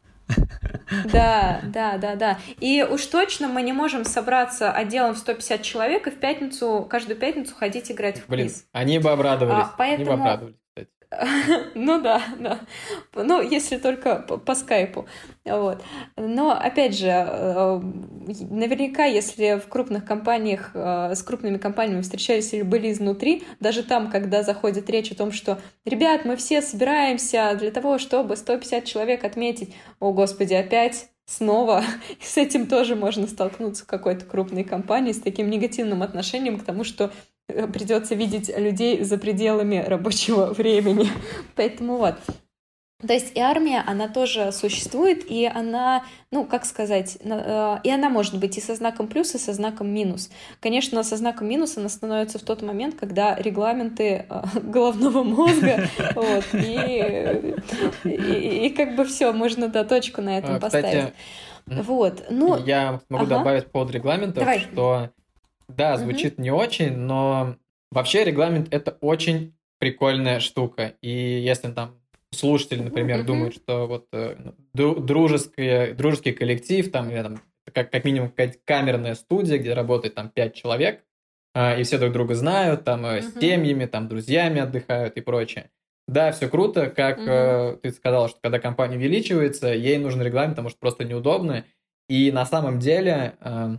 [SPEAKER 1] Да, да, да, да. И уж точно мы не можем собраться отделом в сто пятьдесят человек и в пятницу, каждую пятницу ходить играть в
[SPEAKER 2] Блин,
[SPEAKER 1] квиз.
[SPEAKER 2] они бы обрадовались.
[SPEAKER 1] А, поэтому-
[SPEAKER 2] Они бы обрадовались, кстати.
[SPEAKER 1] Ну да, да. Ну, если только по, по скайпу. Вот. Но, опять же, э, наверняка, если в крупных компаниях, э, с крупными компаниями встречались или были изнутри, даже там, когда заходит речь о том, что, ребят, мы все собираемся для того, чтобы сто пятьдесят человек отметить, о, господи, опять... Снова и с этим тоже можно столкнуться в какой-то крупной компании, с таким негативным отношением к тому, что придется видеть людей за пределами рабочего времени. Поэтому вот. То есть и армия, она тоже существует, и она, ну, как сказать, и она может быть и со знаком плюс, и со знаком минус. Конечно, со знаком минус она становится в тот момент, когда регламенты головного мозга, вот, и, и, и как бы все, можно, да, точку на этом
[SPEAKER 2] А,
[SPEAKER 1] поставить.
[SPEAKER 2] Кстати,
[SPEAKER 1] Вот, ну...
[SPEAKER 2] я могу
[SPEAKER 1] ага.
[SPEAKER 2] добавить по поводу регламентов,
[SPEAKER 1] Давай.
[SPEAKER 2] что да, звучит не очень, но вообще регламент — это очень прикольная штука. И если там слушатели, например,
[SPEAKER 1] Мгм.
[SPEAKER 2] думают, что вот э, дру- дружеские, дружеский коллектив, там, или там как, как минимум какая-то камерная студия, где работает там пять человек, а, и все друг друга знают, там э, с
[SPEAKER 1] Мгм.
[SPEAKER 2] семьями, там друзьями отдыхают и прочее. Да, все круто, как
[SPEAKER 1] Мгм.
[SPEAKER 2] э, ты сказала, что когда компания увеличивается, ей нужен регламент, потому что просто неудобно. И на самом деле э,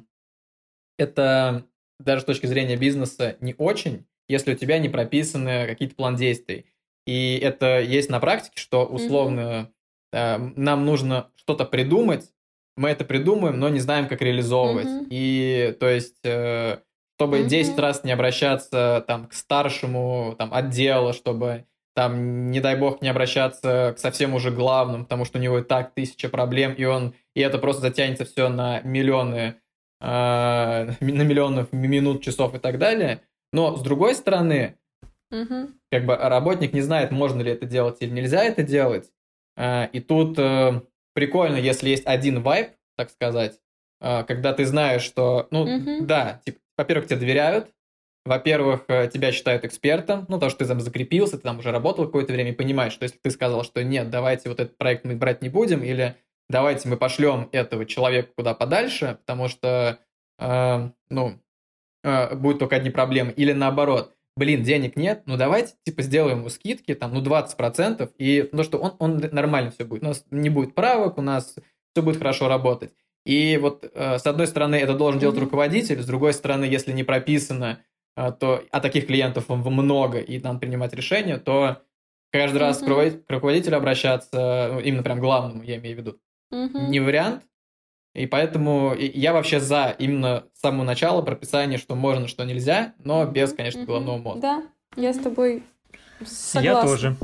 [SPEAKER 2] это даже с точки зрения бизнеса не очень, если у тебя не прописаны какие-то план действий. И это есть на практике, что условно э, нам нужно что-то придумать, мы это придумаем, но не знаем, как реализовывать.
[SPEAKER 1] Мгм.
[SPEAKER 2] И то есть, э, чтобы
[SPEAKER 1] Мгм.
[SPEAKER 2] десять раз не обращаться там, к старшему там, отдела, чтобы там, не дай бог, не обращаться к совсем уже главному, потому что у него и так тысяча проблем, и он и это просто затянется все на миллионы, э, на миллионов минут, часов и так далее. Но с другой стороны,
[SPEAKER 1] Мгм.
[SPEAKER 2] как бы работник не знает, можно ли это делать или нельзя это делать. А, И тут э, прикольно, если есть один вайб, так сказать, а, когда ты знаешь, что, ну,
[SPEAKER 1] Мгм.
[SPEAKER 2] да, типа, во-первых, тебе доверяют, во-первых, э, тебя считают экспертом, ну, потому что ты там закрепился, ты там уже работал какое-то время и понимаешь, что если ты сказал, что нет, давайте вот этот проект мы брать не будем, или давайте мы пошлем этого человека куда подальше, потому что, э, ну, э, будут только одни проблемы, или наоборот, блин, денег нет, ну давайте, типа, сделаем ему скидки, там, ну, двадцать процентов, и, ну, что он, он нормально все будет, у нас не будет правок, у нас все будет хорошо работать. И вот, э, с одной стороны, это должен делать
[SPEAKER 1] Мгм.
[SPEAKER 2] руководитель, с другой стороны, если не прописано, э, то, а таких клиентов много, и надо принимать решения, то каждый раз к
[SPEAKER 1] Мгм.
[SPEAKER 2] руководителю- к руководителю обращаться, ну, именно прям главному, я имею в виду,
[SPEAKER 1] Мгм.
[SPEAKER 2] не вариант. И поэтому и- я вообще за именно с самого начала прописание, что можно, что нельзя, но без, конечно,
[SPEAKER 1] Мгм.
[SPEAKER 2] головного мозга.
[SPEAKER 1] Да, я с тобой Согласна.
[SPEAKER 3] Я тоже.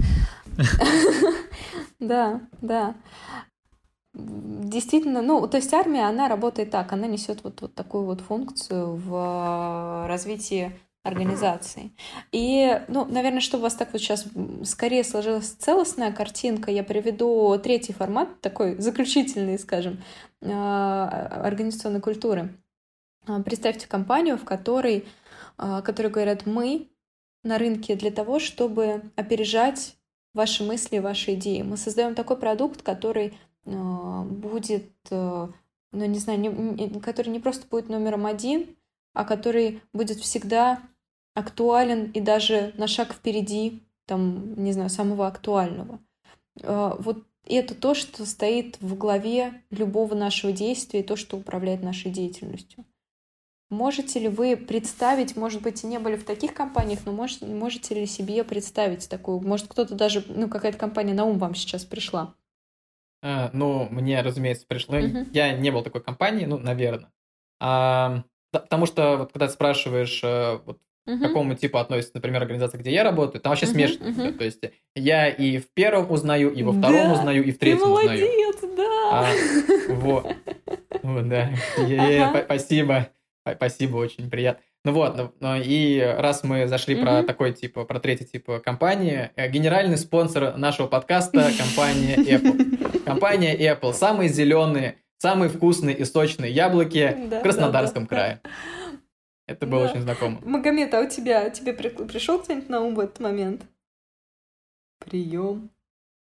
[SPEAKER 1] Да, да. Действительно, ну, то есть армия, она работает так, она несет вот, вот такую вот функцию в развитии организации. И, ну, наверное, чтобы у вас так вот сейчас скорее сложилась целостная картинка, я приведу третий формат, такой заключительный, скажем, организационной культуры. Представьте компанию, в которой, которые говорят, мы на рынке для того, чтобы опережать ваши мысли, ваши идеи. Мы создаем такой продукт, который будет, ну, не знаю, не, который не просто будет номером один, а который будет всегда актуален и даже на шаг впереди, там, не знаю, самого актуального. Вот это то, что стоит в главе любого нашего действия, и то, что управляет нашей деятельностью. Можете ли вы представить, может быть, и не были в таких компаниях, но можете, можете ли себе представить такую, может, кто-то даже, ну, какая-то компания на ум вам сейчас пришла?
[SPEAKER 2] А, ну, мне, разумеется, пришло.
[SPEAKER 1] Uh-huh.
[SPEAKER 2] Я не был такой компании, ну, наверное. А, да, потому что, вот, когда ты спрашиваешь, вот, uh-huh. к какому типу относится, например, организация, где я работаю, там вообще uh-huh. смешно. Uh-huh. То есть я и в первом узнаю, и во втором
[SPEAKER 1] да,
[SPEAKER 2] узнаю, и в третьем узнаю.
[SPEAKER 1] Молодец, да!
[SPEAKER 2] А, вот. Вот, да. Ага. Спасибо. Спасибо, очень приятно. Ну вот, ну, ну, и раз мы зашли uh-huh. про такой тип, про третий тип компании, генеральный спонсор нашего подкаста – компания Apple. Компания Apple. Самые зеленые, самые вкусные и сочные яблоки да, в Краснодарском да, да, крае. Да. Это было да. очень знакомо.
[SPEAKER 1] Магомед, а у тебя, тебе при, пришел кто-нибудь на ум в этот момент? Прием.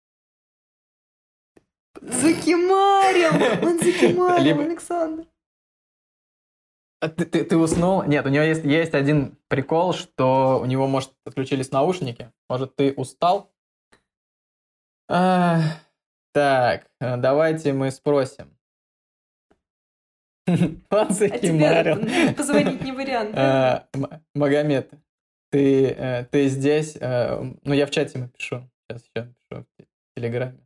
[SPEAKER 1] Закимарил! Он закимарил, Либо... Александр.
[SPEAKER 2] Ты, ты, ты уснул? Нет, у него есть, есть один прикол, что у него, может, отключились наушники. Может, ты устал? А, так, давайте мы спросим. Он закимарил.
[SPEAKER 1] А тебе позвонить не вариант, да?
[SPEAKER 2] Магомед, ты, ты здесь? Ну, я в чате напишу. Сейчас еще напишу в Телеграме.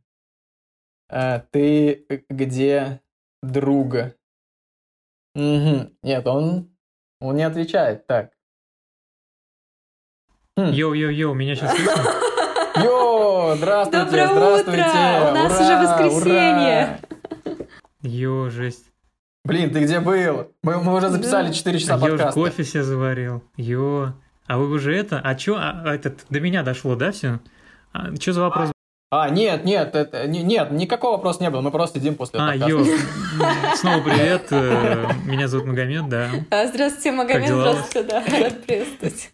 [SPEAKER 2] Ты где, друга? Угу. Нет, он, он не отвечает. Так.
[SPEAKER 3] Йоу-йоу-йоу, меня сейчас слышно?
[SPEAKER 2] Йоу, здравствуйте,
[SPEAKER 1] Доброе
[SPEAKER 2] здравствуйте.
[SPEAKER 1] Утро! У нас
[SPEAKER 2] ура,
[SPEAKER 1] уже воскресенье.
[SPEAKER 3] Йоу, жесть.
[SPEAKER 2] Блин, ты где был? Мы, мы уже записали четыре часа
[SPEAKER 3] а
[SPEAKER 2] подкаста.
[SPEAKER 3] Я уже кофе себе заварил. Йо. А вы уже это? А чё? А, этот, до меня дошло, да, все? А, чё за вопрос?
[SPEAKER 2] А, нет, нет, это, не, нет, никакого вопроса не было, мы просто сидим после
[SPEAKER 3] а,
[SPEAKER 2] подкаста.
[SPEAKER 3] А, йо, снова привет, меня зовут Магомед, да.
[SPEAKER 1] Здравствуйте, Магомед, здравствуйте, да, рад приветствовать.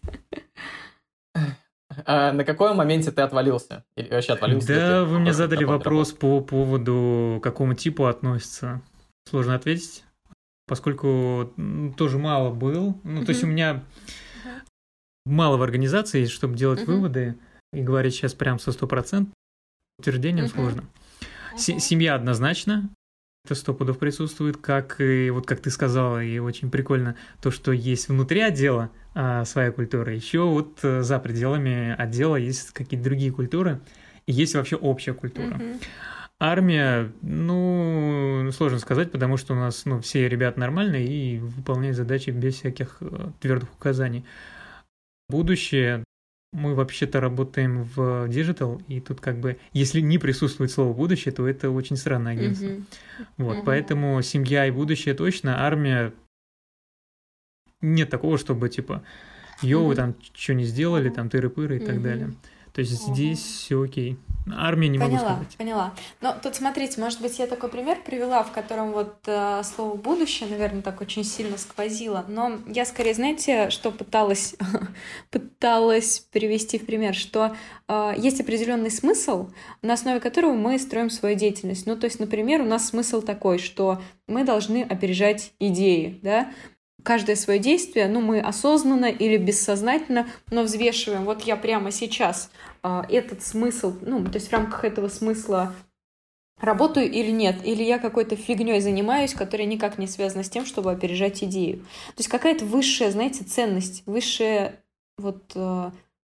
[SPEAKER 2] А на каком моменте ты отвалился? Или вообще отвалился?
[SPEAKER 3] Да, вы мне задали вопрос по поводу, к какому типу относится. Сложно ответить, поскольку тоже мало был. Ну, то есть у меня мало в организации, чтобы делать выводы и говорить сейчас прям со сто процентов. Утверждением uh-huh. сложно. Uh-huh. Семья однозначно, это сто пудов присутствует, как и вот как ты сказала, и очень прикольно то, что есть внутри отдела а, своя культура, еще вот за пределами отдела есть какие-то другие культуры, и есть вообще общая культура. Uh-huh. Армия, ну, сложно сказать, потому что у нас, ну, все ребята нормальные и выполняют задачи без всяких твердых указаний. Будущее. Мы вообще-то работаем в диджитал, и тут как бы, если не присутствует слово «будущее», то это очень странное агентство. Mm-hmm. Вот, mm-hmm. Поэтому семья и будущее точно, армия... Нет такого, чтобы типа «Йоу, mm-hmm. вы там что не сделали, там тыры-пыры» и mm-hmm. так далее. То есть mm-hmm. здесь все окей. Армия не
[SPEAKER 1] поняла,
[SPEAKER 3] могу сказать.
[SPEAKER 1] Поняла, поняла. Но тут смотрите, может быть, я такой пример привела, в котором вот э, слово «будущее», наверное, так очень сильно сквозило. Но я скорее, знаете, что пыталась, пыталась привести в пример, что э, есть определенный смысл, на основе которого мы строим свою деятельность. Ну, то есть, например, у нас смысл такой, что мы должны опережать идеи, да, каждое свое действие, ну, мы осознанно или бессознательно, но взвешиваем. Вот я прямо сейчас э, этот смысл, ну, то есть в рамках этого смысла работаю или нет, или я какой-то фигней занимаюсь, которая никак не связана с тем, чтобы опережать идею. То есть какая-то высшая, знаете, ценность, высшая вот э,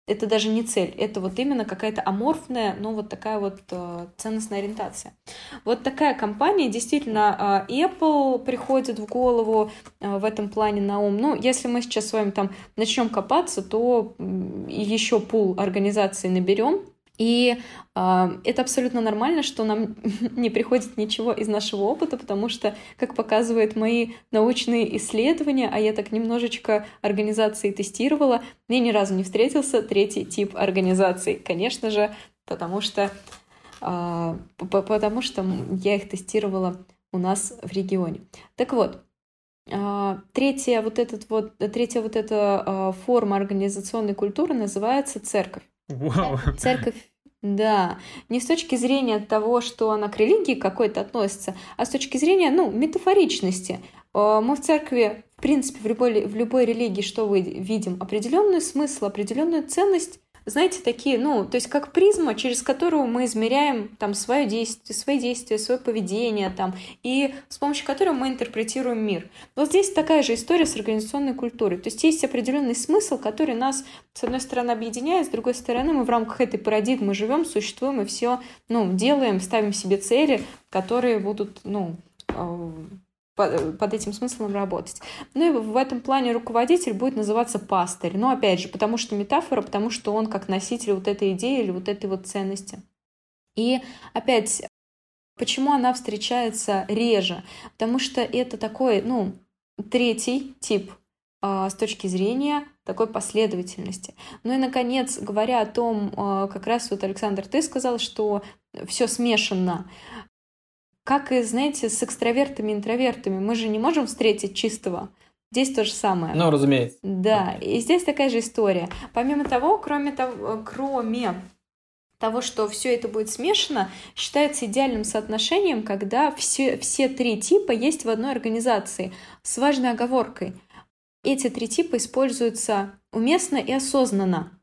[SPEAKER 1] Это даже не цель, это вот именно какая-то аморфная, ну вот такая вот э, ценностная ориентация. Вот такая компания, действительно, э, Apple приходит в голову э, в этом плане на ум. Ну, если мы сейчас с вами там начнем копаться, то э, еще пул организаций наберем. И э, это абсолютно нормально, что нам не приходит ничего из нашего опыта, потому что, как показывают мои научные исследования, а я так немножечко организации тестировала, мне ни разу не встретился третий тип организаций. Конечно же, потому что, э, потому что я их тестировала у нас в регионе. Так вот, э, третья вот, этот вот, третья вот эта э, форма организационной культуры называется церковь.
[SPEAKER 3] Вау.
[SPEAKER 1] Церковь, да, не с точки зрения того, что она к религии какой-то относится, а с точки зрения, ну, метафоричности. Мы в церкви, в принципе, в любой, в любой религии, что мы видим? Определенный смысл, определенную ценность, знаете, такие, ну, то есть как призма, через которую мы измеряем там свое действие, свои действия, свое поведение там, и с помощью которой мы интерпретируем мир. Вот здесь такая же история с организационной культурой. То есть есть определенный смысл, который нас, с одной стороны, объединяет, с другой стороны, мы в рамках этой парадигмы живем, существуем и все, ну, делаем, ставим себе цели, которые будут, ну, под этим смыслом работать. Ну и в этом плане руководитель будет называться пастырь. Но опять же, потому что метафора, потому что он как носитель вот этой идеи или вот этой вот ценности. И опять, почему она встречается реже? Потому что это такой, ну, третий тип а, с точки зрения такой последовательности. Ну и, наконец, говоря о том, а, как раз вот, Александр, ты сказал, что все смешано. Как и, знаете, с экстравертами и интровертами. Мы же не можем встретить чистого. Здесь то же самое.
[SPEAKER 2] Ну, разумеется.
[SPEAKER 1] Да, и здесь такая же история. Помимо того, кроме того, кроме того, что все это будет смешано, считается идеальным соотношением, когда все, все три типа есть в одной организации. С важной оговоркой. Эти три типа используются уместно и осознанно.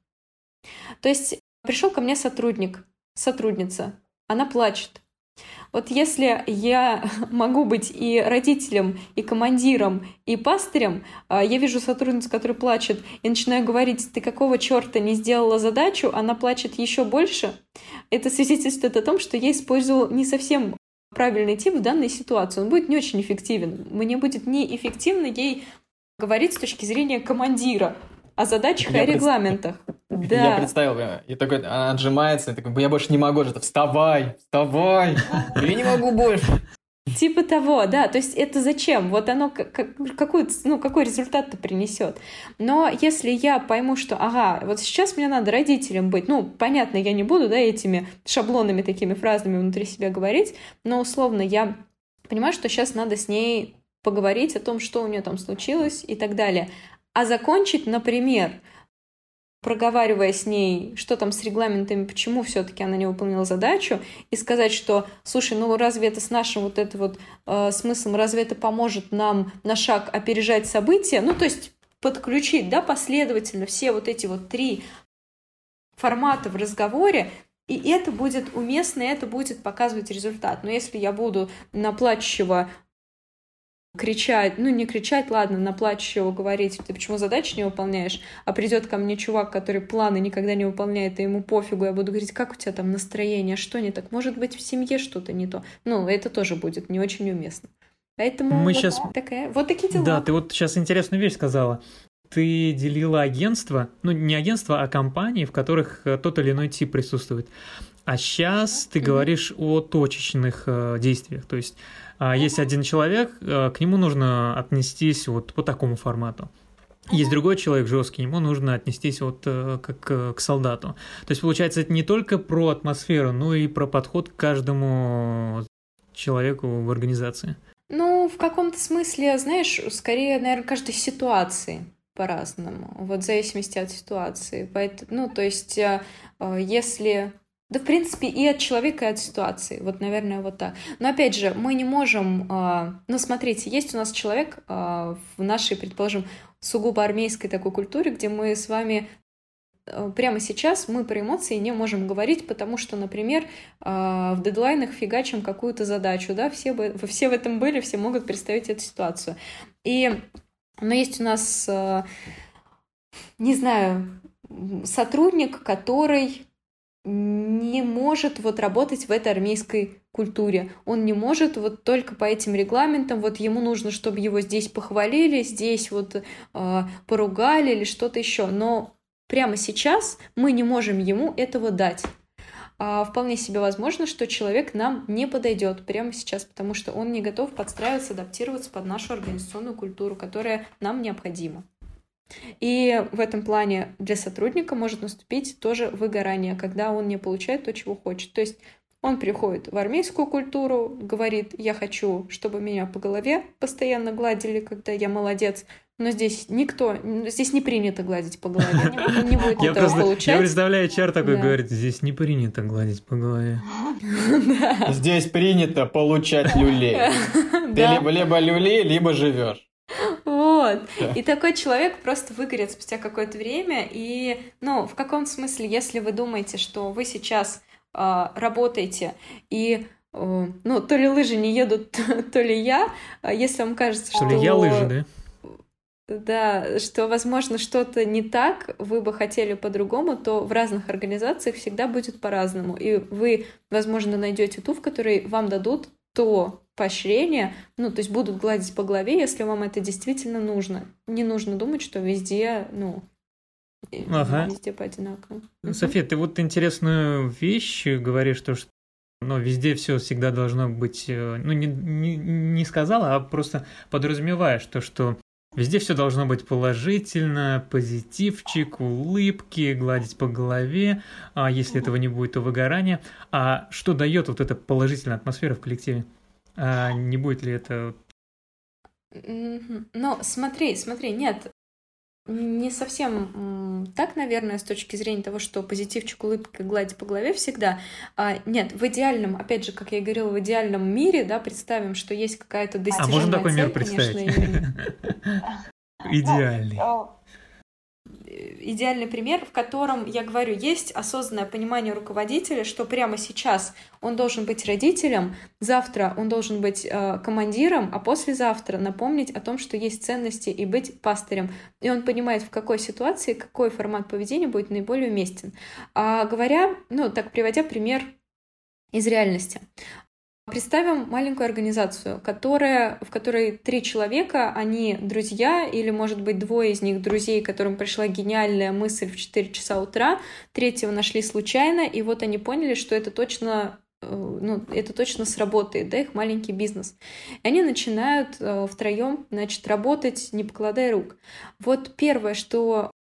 [SPEAKER 1] То есть пришел ко мне сотрудник, сотрудница, она плачет. Вот если я могу быть и родителем, и командиром, и пастырем, я вижу сотрудницу, которая плачет, и начинаю говорить: ты какого черта не сделала задачу, она плачет еще больше, это свидетельствует о том, что я использовала не совсем правильный тип в данной ситуации. Он будет не очень эффективен. Мне будет неэффективно ей говорить с точки зрения командира о задачах и о регламентах. Да.
[SPEAKER 2] Я представил, и такой, она отжимается, и такой: я больше не могу, это вставай, вставай, я не могу больше.
[SPEAKER 1] Типа того, да, то есть это зачем? Вот оно как, какой, ну, какой результат-то принесет. Но если я пойму, что, ага, вот сейчас мне надо родителем быть, ну, понятно, я не буду, да, этими шаблонными такими фразами внутри себя говорить, но условно я понимаю, что сейчас надо с ней поговорить о том, что у нее там случилось и так далее. А закончить, например, проговаривая с ней, что там с регламентами, почему все-таки она не выполнила задачу, и сказать, что, слушай, ну разве это с нашим вот это вот э, смыслом, разве это поможет нам на шаг опережать события? Ну, то есть подключить, да, последовательно все вот эти вот три формата в разговоре, и это будет уместно, и это будет показывать результат. Но если я буду на плачущего кричать, ну не кричать, ладно, на плачущего говорить: ты почему задачи не выполняешь, а придет ко мне чувак, который планы никогда не выполняет, и ему пофигу, я буду говорить: как у тебя там настроение, что не так, может быть в семье что-то не то, ну это тоже будет не очень уместно. Поэтому
[SPEAKER 3] мы
[SPEAKER 1] вот,
[SPEAKER 3] сейчас...
[SPEAKER 1] такая, вот такие дела.
[SPEAKER 3] Да, ты вот сейчас интересную вещь сказала. Ты делила агентства, ну не агентства, а компании, в которых тот или иной тип присутствует. А сейчас ты mm-hmm. говоришь о точечных э, действиях, то есть э, есть один человек, э, к нему нужно отнестись вот по такому формату. Есть другой человек жесткий, ему нужно отнестись вот э, как э, к солдату. То есть получается, это не только про атмосферу, но и про подход к каждому человеку в организации.
[SPEAKER 1] Ну, в каком-то смысле, знаешь, скорее, наверное, каждой ситуации по-разному, вот в зависимости от ситуации. Поэтому, ну, то есть, э, если... Да, в принципе, и от человека, и от ситуации. Вот, наверное, вот так. Но, опять же, мы не можем... Э, ну, смотрите, есть у нас человек э, в нашей, предположим, сугубо армейской такой культуре, где мы с вами э, прямо сейчас, мы про эмоции не можем говорить, потому что, например, э, в дедлайнах фигачим какую-то задачу, да, все, бы, все в этом были, все могут представить эту ситуацию. И, но есть у нас, э, не знаю... сотрудник, который не может вот работать в этой армейской культуре. Он не может вот только по этим регламентам, вот ему нужно, чтобы его здесь похвалили, здесь вот э, поругали или что-то еще. Но прямо сейчас мы не можем ему этого дать. А вполне себе возможно, что человек нам не подойдет прямо сейчас, потому что он не готов подстраиваться, адаптироваться под нашу организационную культуру, которая нам необходима. И в этом плане для сотрудника может наступить тоже выгорание, когда он не получает то, чего хочет. То есть он приходит в армейскую культуру, говорит: я хочу, чтобы меня по голове постоянно гладили, когда я молодец, но здесь никто, здесь не принято гладить по голове, он не будет
[SPEAKER 3] я
[SPEAKER 1] этого
[SPEAKER 3] просто,
[SPEAKER 1] получать.
[SPEAKER 3] Я представляю, эйч ар такой
[SPEAKER 1] да.
[SPEAKER 3] говорит: здесь не принято гладить по голове.
[SPEAKER 2] Здесь принято получать люлей. Ты либо либо люлей, либо живешь.
[SPEAKER 1] Вот. И такой человек просто выгорит спустя какое-то время. И, ну, в каком смысле, если вы думаете, что вы сейчас э, работаете и э, ну, то ли лыжи не едут, то ли я, если вам кажется, что...
[SPEAKER 3] То ли я лыжи, да?
[SPEAKER 1] Да, что, возможно, что-то не так, вы бы хотели по-другому, то в разных организациях всегда будет по-разному. И вы, возможно, найдете ту, в которой вам дадут то поощрение, ну, то есть будут гладить по голове, если вам это действительно нужно. Не нужно думать, что везде, ну, ага. везде по-одинаковому.
[SPEAKER 3] София, ты вот интересную вещь говоришь, что но везде все всегда должно быть, ну, не, не, не сказала, а просто подразумеваешь то, что везде все должно быть положительно, позитивчик, улыбки, гладить по голове, а если этого не будет, то выгорание. А что дает вот эта положительная атмосфера в коллективе? А не будет ли это...
[SPEAKER 1] Ну, смотри, смотри, нет, не совсем так, наверное, с точки зрения того, что позитивчик, улыбка, гладить по голове всегда. А, нет, в идеальном, опять же, как я и говорила, в идеальном мире, да, представим, что есть какая-то достижимая
[SPEAKER 3] цель. А можно такой
[SPEAKER 1] цель,
[SPEAKER 3] мир представить?
[SPEAKER 1] Конечно,
[SPEAKER 3] идеальный.
[SPEAKER 1] Идеальный пример, в котором, я говорю, есть осознанное понимание руководителя, что прямо сейчас он должен быть родителем, завтра он должен быть э, командиром, а послезавтра напомнить о том, что есть ценности, и быть пастырем. И он понимает, в какой ситуации, какой формат поведения будет наиболее уместен. А говоря, ну так приводя пример из реальности. Представим маленькую организацию, которая, в которой три человека, они друзья, или, может быть, двое из них друзей, которым пришла гениальная мысль в четыре часа утра, третьего нашли случайно, и вот они поняли, что это точно, ну, это точно сработает, да, их маленький бизнес. И они начинают втроем, значит, работать, не покладая рук. Вот первое, что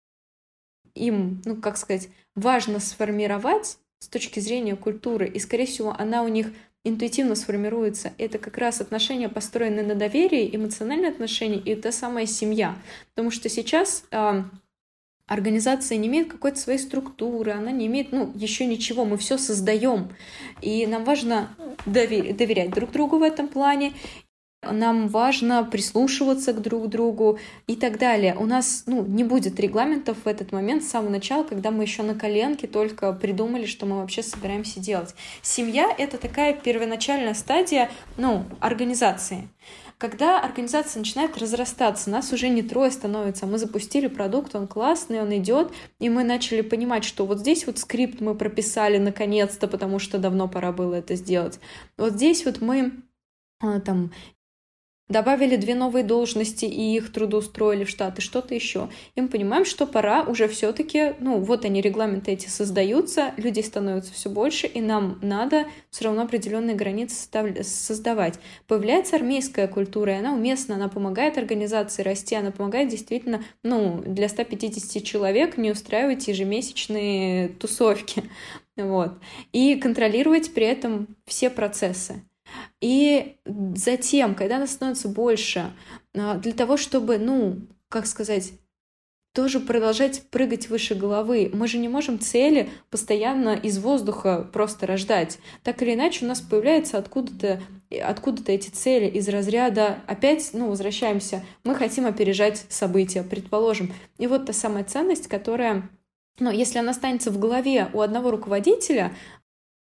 [SPEAKER 1] им, ну, как сказать, важно сформировать с точки зрения культуры, и, скорее всего, она у них интуитивно сформируется, это как раз отношения, построенные на доверии, эмоциональные отношения и та самая семья. Потому что сейчас э, организация не имеет какой-то своей структуры, она не имеет, ну, еще ничего, мы все создаем. И нам важно довер- доверять друг другу в этом плане, нам важно прислушиваться к друг другу и так далее. У нас, ну, не будет регламентов в этот момент с самого начала, когда мы еще на коленке только придумали, что мы вообще собираемся делать. Семья — это такая первоначальная стадия, ну, организации. Когда организация начинает разрастаться, нас уже не трое становится, мы запустили продукт, он классный, он идет, и мы начали понимать, что вот здесь вот скрипт мы прописали наконец-то, потому что давно пора было это сделать. Вот здесь вот мы там добавили две новые должности и их трудоустроили в штат и что-то еще. И мы понимаем, что пора уже все-таки, ну вот они, регламенты эти создаются, людей становится все больше, и нам надо все равно определенные границы создавать. Появляется армейская культура, и она уместна, она помогает организации расти, она помогает действительно, ну, для ста пятидесяти человек не устраивать ежемесячные тусовки, вот, и контролировать при этом все процессы. И затем, когда нас становится больше, для того, чтобы, ну, как сказать, тоже продолжать прыгать выше головы, мы же не можем цели постоянно из воздуха просто рождать. Так или иначе у нас появляются откуда-то, откуда-то эти цели из разряда, опять, ну, возвращаемся, мы хотим опережать события, предположим. И вот та самая ценность, которая, ну, если она останется в голове у одного руководителя,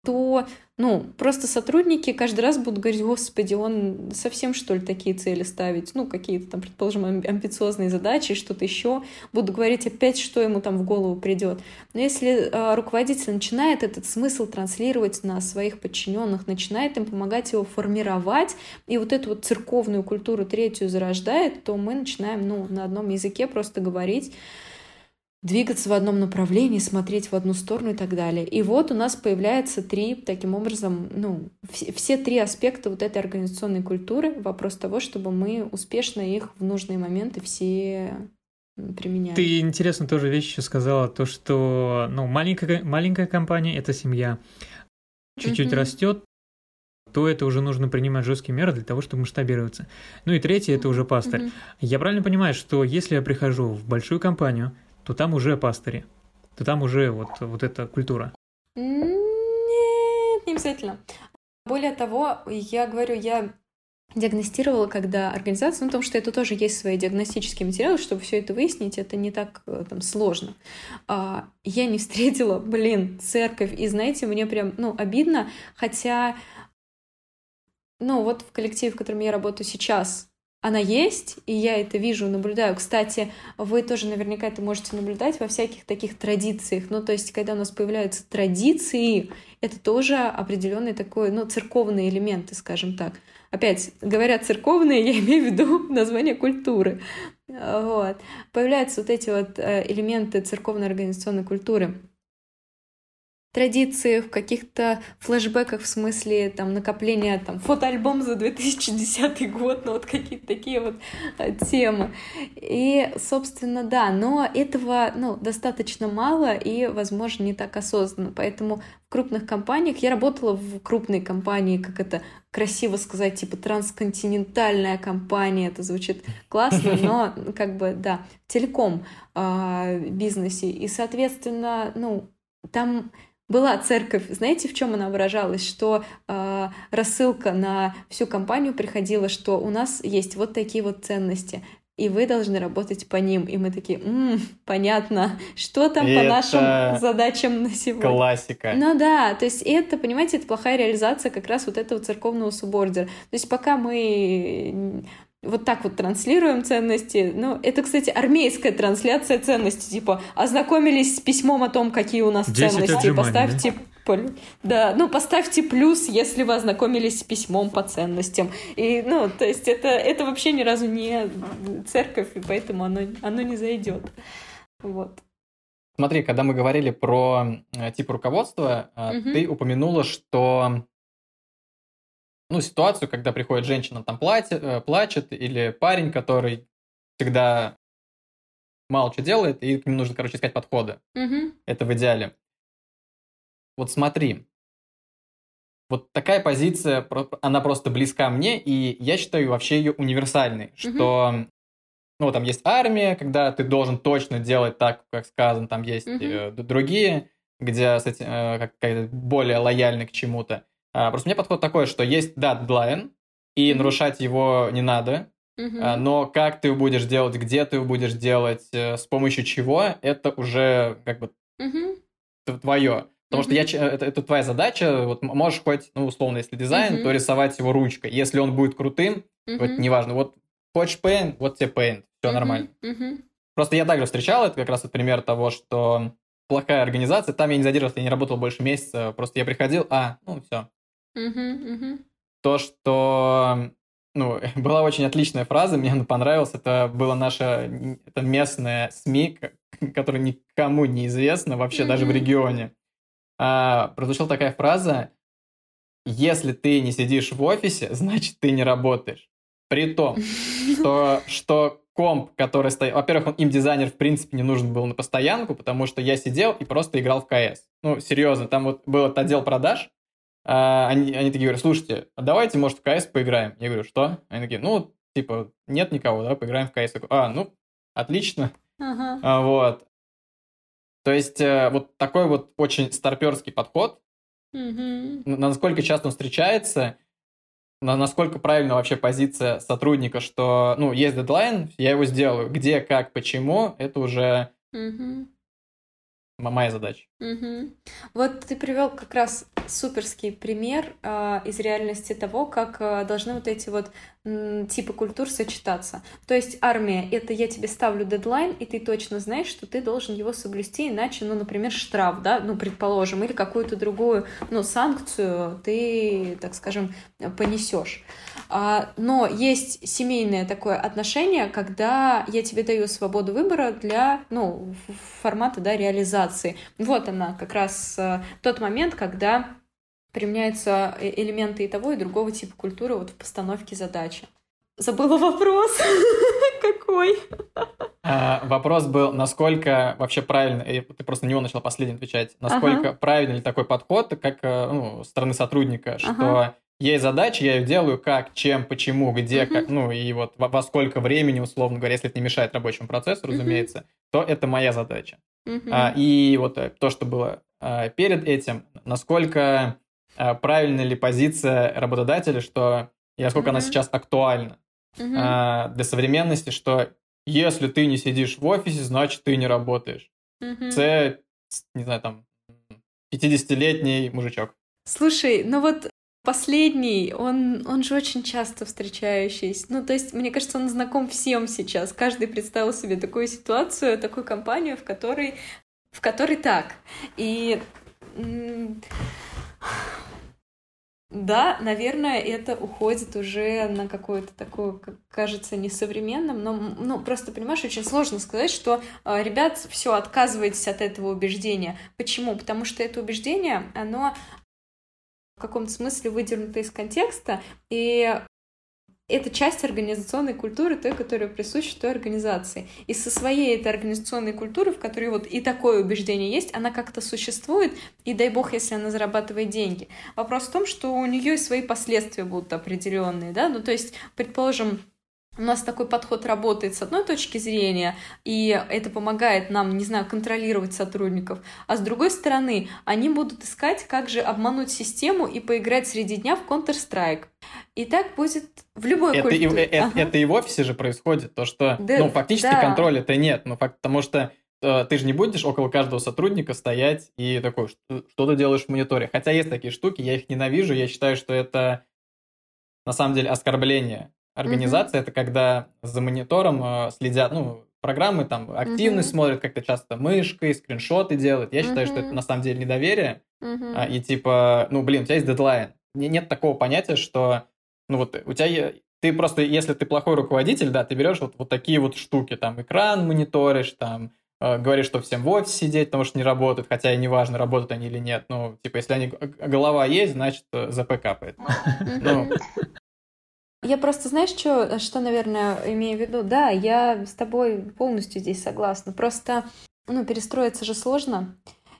[SPEAKER 1] то, ну, просто сотрудники каждый раз будут говорить: господи, он совсем, что ли, такие цели ставить? Ну, какие-то там, предположим, амбициозные задачи, что-то еще. Будут говорить опять, что ему там в голову придет. Но если э, руководитель начинает этот смысл транслировать на своих подчиненных, начинает им помогать его формировать, и вот эту вот церковную культуру третью зарождает, то мы начинаем, ну, на одном языке просто говорить, двигаться в одном направлении, смотреть в одну сторону и так далее. И вот у нас появляется три, таким образом, ну, все, все три аспекта вот этой организационной культуры. Вопрос того, чтобы мы успешно их в нужные моменты все применяли.
[SPEAKER 3] Ты интересно тоже вещь еще сказала, то, что, ну, маленькая, маленькая компания — это семья. Чуть-чуть mm-hmm. растет, то это уже нужно принимать жесткие меры для того, чтобы масштабироваться. Ну и третье — это уже пастырь. Mm-hmm. Я правильно понимаю, что если я прихожу в большую компанию, то там уже пастыри, то там уже вот, вот эта культура.
[SPEAKER 1] Нет, не обязательно. Более того, я говорю, я диагностировала, когда организация, ну, потому что это тоже есть свои диагностические материалы, чтобы все это выяснить, это не так там сложно. А, я не встретила, блин, церковь, и знаете, мне прям, ну, обидно, хотя, ну, вот в коллективе, в котором я работаю сейчас, она есть, и я это вижу, наблюдаю. Кстати, вы тоже наверняка это можете наблюдать во всяких таких традициях. Ну, то есть, когда у нас появляются традиции, это тоже определенный такой, ну, церковные элементы, скажем так. Опять, говоря церковные, я имею в виду название культуры. Вот. Появляются вот эти вот элементы церковной организационной культуры. Традициях, в каких-то флешбеках, в смысле там накопления, там фотоальбом за две тысячи десятый год, ну вот какие-то такие вот а, темы. И, собственно, да, но этого, ну, достаточно мало и, возможно, не так осознанно. Поэтому в крупных компаниях, я работала в крупной компании, как это красиво сказать, типа трансконтинентальная компания, это звучит классно, но как бы, да, в телеком а, бизнесе. И, соответственно, ну, там была церковь, знаете, в чем она выражалась? Что э, рассылка на всю компанию приходила, что у нас есть вот такие вот ценности, и вы должны работать по ним. И мы такие, м-м, понятно, что там и по нашим задачам на сегодня.
[SPEAKER 2] Классика.
[SPEAKER 1] Ну да, то есть это, понимаете, это плохая реализация как раз вот этого церковного субордера. То есть пока мы вот так вот транслируем ценности. Ну, это, кстати, армейская трансляция ценностей. Типа, ознакомились с письмом о том, какие у нас ценности.
[SPEAKER 3] Отжиманий,
[SPEAKER 1] поставьте,
[SPEAKER 3] да?
[SPEAKER 1] Да, ну, поставьте плюс, если вы ознакомились с письмом по ценностям. И, ну, то есть это, это вообще ни разу не церковь, и поэтому оно, оно не зайдет. Вот.
[SPEAKER 2] Смотри, когда мы говорили про э, тип руководства, э, угу. ты упомянула, что ну, ситуацию, когда приходит женщина, там платит, э, плачет, или парень, который всегда мало что делает, и к нему нужно, короче, искать подходы.
[SPEAKER 1] Угу.
[SPEAKER 2] Это в идеале. Вот смотри, вот такая позиция, она просто близка мне, и я считаю вообще ее универсальной, угу. что, ну, там есть армия, когда ты должен точно делать так, как сказано, там есть угу. э, другие, где, кстати, э, как-то более лояльны к чему-то. А, просто у меня подход такой, что есть, да, дедлайн, и mm-hmm. нарушать его не надо, mm-hmm. а, но как ты его будешь делать, где ты его будешь делать, э, с помощью чего, это уже как бы mm-hmm. твое. Потому mm-hmm. что я, это, это твоя задача, вот можешь хоть, ну, условно, если дизайн, mm-hmm. то рисовать его ручкой. Если он будет крутым, mm-hmm. вот неважно, вот хочешь Paint, вот тебе Paint, все mm-hmm. нормально. Mm-hmm. Просто я также встречал, это как раз вот пример того, что плохая организация, там я не задерживался, я не работал больше месяца, просто я приходил, а, ну, все.
[SPEAKER 1] Uh-huh, uh-huh.
[SPEAKER 2] То, что, ну, была очень отличная фраза, мне она понравилась, это была наша, это местная СМИ, которая никому не известна вообще, uh-huh. даже в регионе. А, прозвучала такая фраза: если ты не сидишь в офисе, значит, ты не работаешь. При том, что, что комп, который стоит... Во-первых, им дизайнер, в принципе, не нужен был на постоянку, потому что я сидел и просто играл в КС. Ну, серьезно, там вот был этот отдел продаж, Uh, они, они такие говорят: слушайте, а давайте, может, в КС поиграем. Я говорю: что? Они такие: ну, типа, нет никого, давай поиграем в КС. Я говорю: а, ну, отлично.
[SPEAKER 1] Uh-huh.
[SPEAKER 2] Uh, вот. То есть, uh, вот такой вот очень старперский подход,
[SPEAKER 1] uh-huh.
[SPEAKER 2] насколько часто он встречается, на, насколько правильно вообще позиция сотрудника, что, ну, есть дедлайн, я его сделаю. Где, как, почему, это уже...
[SPEAKER 1] Uh-huh.
[SPEAKER 2] моя задача.
[SPEAKER 1] Угу. Вот ты привел как раз суперский пример э, из реальности того, как э, должны вот эти вот м, типы культур сочетаться. То есть армия — это я тебе ставлю дедлайн, и ты точно знаешь, что ты должен его соблюсти, иначе, ну, например, штраф, да, ну, предположим, или какую-то другую, ну, санкцию ты, так скажем, понесешь. А, но есть семейное такое отношение, когда я тебе даю свободу выбора для, ну, формата, да, реализации. Вот она, как раз э, тот момент, когда применяются элементы и того, и другого типа культуры вот в постановке задачи. Забыла вопрос. Какой?
[SPEAKER 2] А, вопрос был, насколько вообще правильно, ты просто на него начала последний отвечать, насколько ага. правильный ли такой подход, как ну, со стороны сотрудника, ага. что есть задача, я ее делаю как, чем, почему, где, uh-huh. как, ну и вот во, во сколько времени, условно говоря, если это не мешает рабочему процессу, разумеется, uh-huh. то это моя задача. Uh-huh. А, и вот то, что было а, перед этим, насколько а, правильна ли позиция работодателя, что и насколько uh-huh. она сейчас актуальна uh-huh. а, для современности, что если ты не сидишь в офисе, значит ты не работаешь. Uh-huh. Это, не знаю, там, пятидесятилетний мужичок.
[SPEAKER 1] Слушай, ну вот последний, он, он же очень часто встречающийся. Ну, то есть, мне кажется, он знаком всем сейчас. Каждый представил себе такую ситуацию, такую компанию, в которой, в которой так. И да, наверное, это уходит уже на какое-то такое, как кажется, несовременным, но ну, просто, понимаешь, очень сложно сказать, что ребят, все, отказывайтесь от этого убеждения. Почему? Потому что это убеждение, оно в каком-то смысле выдернуто из контекста, и это часть организационной культуры, той, которая присуща той организации. И со своей этой организационной культурой, в которой вот и такое убеждение есть, она как-то существует, и дай бог, если она зарабатывает деньги. Вопрос в том, что у нее и свои последствия будут определенные, да, ну то есть, предположим, у нас такой подход работает с одной точки зрения, и это помогает нам, не знаю, контролировать сотрудников, а с другой стороны, они будут искать, как же обмануть систему и поиграть среди дня в Counter-Strike. И так будет в любой
[SPEAKER 2] это
[SPEAKER 1] культуре.
[SPEAKER 2] И, ага. это, это и в офисе же происходит, то, что да, ну, фактически да. контроля-то нет, ну, факт, потому что э, ты же не будешь около каждого сотрудника стоять и такой, что, что ты делаешь в мониторе. Хотя есть такие штуки, я их ненавижу, я считаю, что это на самом деле оскорбление. Организация mm-hmm. это когда за монитором э, следят, ну, программы там активность mm-hmm. смотрят как-то часто мышкой, скриншоты делают. Я mm-hmm. считаю, что это на самом деле недоверие. Mm-hmm. А, и типа, ну, блин, у тебя есть дедлайн. Нет такого понятия, что, ну, вот у тебя, ты просто, если ты плохой руководитель, да, ты берешь вот, вот такие вот штуки, там, экран мониторишь, там, э, говоришь, что всем в офисе сидеть, потому что не работают, хотя и неважно, работают они или нет. Ну, типа, если они, голова есть, значит, ЗП капает. Ну...
[SPEAKER 1] Я просто, знаешь, что, что, наверное, имею в виду? Да, я с тобой полностью здесь согласна. Просто, ну, перестроиться же сложно.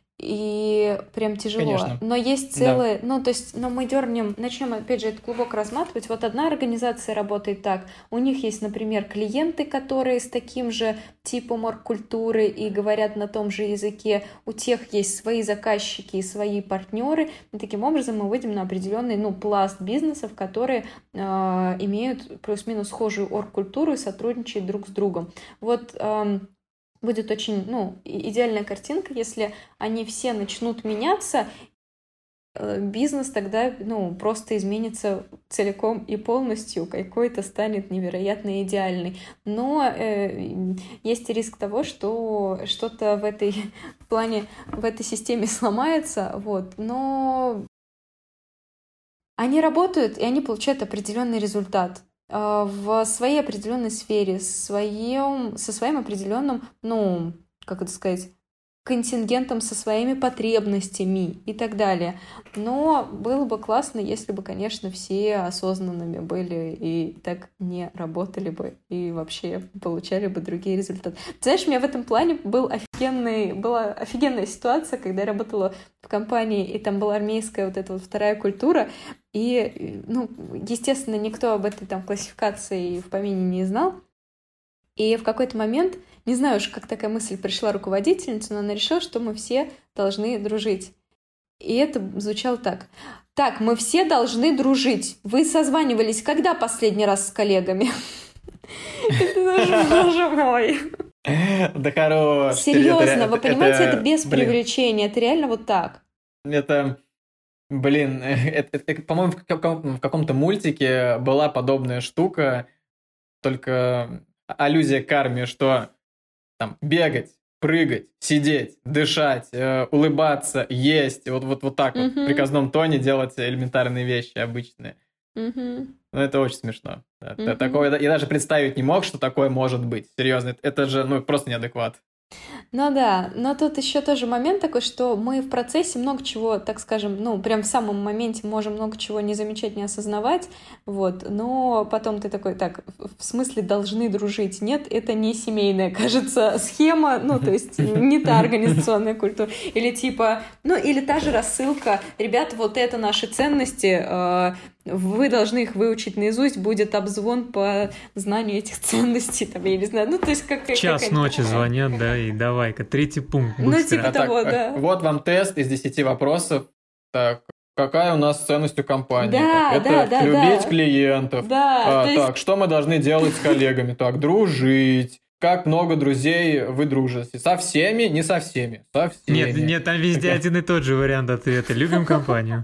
[SPEAKER 1] И прям тяжело.
[SPEAKER 2] Конечно.
[SPEAKER 1] Но есть целые... Да. Ну, то есть, но мы дернем, начнем, опять же, это глубоко разматывать. Вот одна организация работает так. У них есть, например, клиенты, которые с таким же типом оргкультуры и говорят на том же языке. У тех есть свои заказчики и свои партнеры. И таким образом мы выйдем на определенный, ну, пласт бизнесов, которые э, имеют плюс-минус схожую оргкультуру и сотрудничают друг с другом. Вот... Э, будет очень, ну, идеальная картинка, если они все начнут меняться, бизнес тогда, ну, просто изменится целиком и полностью, какой-то станет невероятно идеальный. Но э, есть риск того, что что-то в этой в плане, в этой системе сломается, вот, но они работают, и они получают определенный результат в своей определенной сфере, своем, со своим определенным, ну, как это сказать, контингентом, со своими потребностями и так далее. Но было бы классно, если бы, конечно, все осознанными были и так не работали бы, и вообще получали бы другие результаты. Знаешь, у меня в этом плане был офигенный, была офигенная ситуация, когда я работала в компании, и там была армейская вот эта вот вторая культура, и, ну, естественно, никто об этой там классификации в помине не знал. И в какой-то момент, не знаю уж, как такая мысль пришла руководительнице, но она решила, что мы все должны дружить. И это звучало так. Так, мы все должны дружить. Вы созванивались когда последний раз с коллегами? Это боже мой.
[SPEAKER 2] Да хорош.
[SPEAKER 1] Серьезно, вы понимаете, это без преувеличения, это реально вот так.
[SPEAKER 2] Это... Блин, это, это, по-моему, в, каком- в каком-то мультике была подобная штука, только аллюзия к карме, что там бегать, прыгать, сидеть, дышать, э, улыбаться, есть, вот, вот, вот так вот в
[SPEAKER 1] Мгм.
[SPEAKER 2] приказном тоне делать элементарные вещи обычные.
[SPEAKER 1] Мгм.
[SPEAKER 2] Ну, это очень смешно. Да. Та-
[SPEAKER 1] Мгм.
[SPEAKER 2] Такое, я даже представить не мог, что такое может быть. Серьезно, это же, ну, просто неадекват.
[SPEAKER 1] Ну да, но тут еще тоже момент такой, что мы в процессе много чего, так скажем, ну, прям в самом моменте можем много чего не замечать, не осознавать, вот, но потом ты такой, так, в в смысле должны дружить? Нет, это не семейная, кажется, схема, ну, то есть не та организационная культура. Или типа, ну, или та же рассылка, ребята, вот это наши ценности, э, вы должны их выучить наизусть, будет обзвон по знанию этих ценностей, там, я не знаю, ну, то есть как...
[SPEAKER 3] В час
[SPEAKER 1] какая-нибудь
[SPEAKER 3] ночи
[SPEAKER 1] такая.
[SPEAKER 3] звонят, да, и давай-ка, третий пункт,
[SPEAKER 1] Ну,
[SPEAKER 3] быстро.
[SPEAKER 1] типа
[SPEAKER 2] А так,
[SPEAKER 1] того,
[SPEAKER 2] э,
[SPEAKER 1] да.
[SPEAKER 2] вот вам тест из десяти вопросов. Так, какая у нас ценность у компании?
[SPEAKER 1] Да,
[SPEAKER 2] Так,
[SPEAKER 1] да,
[SPEAKER 2] это
[SPEAKER 1] да,
[SPEAKER 2] любить
[SPEAKER 1] да.
[SPEAKER 2] клиентов.
[SPEAKER 1] Да,
[SPEAKER 2] А,
[SPEAKER 1] то есть...
[SPEAKER 2] так, что мы должны делать с коллегами? Так, дружить. Как много друзей вы дружите? Со всеми? Не со всеми. Со всеми.
[SPEAKER 3] Нет, нет, там везде
[SPEAKER 2] Так,
[SPEAKER 3] один и тот же вариант ответа. Любим компанию.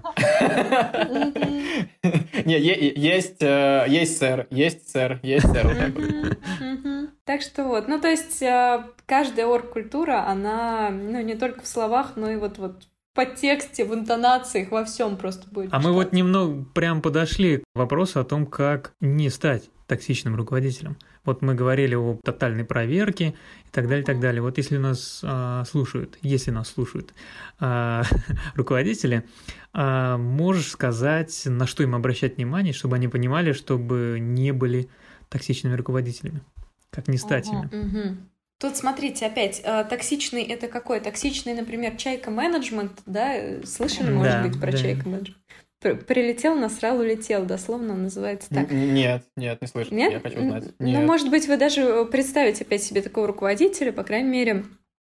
[SPEAKER 1] Мгм.
[SPEAKER 2] Не, е- есть, э, есть сэр, есть сэр, есть сэр. Вот так вот.
[SPEAKER 1] Мгм, мгм. Так что вот, ну то есть э, каждая орг-культура, она, ну не только в словах, но и вот вот в подтексте, в интонациях, во всем просто будет.
[SPEAKER 3] А мы вот
[SPEAKER 1] читаться.
[SPEAKER 3] немного прям подошли к вопросу о том, как не стать токсичным руководителем. Вот мы говорили о тотальной проверке и так далее, и так далее. Вот если нас а, слушают, если нас слушают а, руководители, а, можешь сказать, на что им обращать внимание, чтобы они понимали, чтобы не были токсичными руководителями? Как не стать
[SPEAKER 1] Ага.
[SPEAKER 3] ими?
[SPEAKER 1] Мгм. Тут смотрите, опять, э, токсичный это какой? Токсичный, например, чайка-менеджмент, да? э, Слышали, может
[SPEAKER 3] Да,
[SPEAKER 1] быть, про
[SPEAKER 3] да.
[SPEAKER 1] чайка-менеджмент? Пр- Прилетел, насрал, улетел, дословно он называется так.
[SPEAKER 2] Н- Нет, нет, не слышал.
[SPEAKER 1] Нет?
[SPEAKER 2] Я хочу
[SPEAKER 1] Н-
[SPEAKER 2] узнать.
[SPEAKER 1] Ну,
[SPEAKER 2] Нет.
[SPEAKER 1] может быть, вы даже представите опять себе такого руководителя, по крайней мере,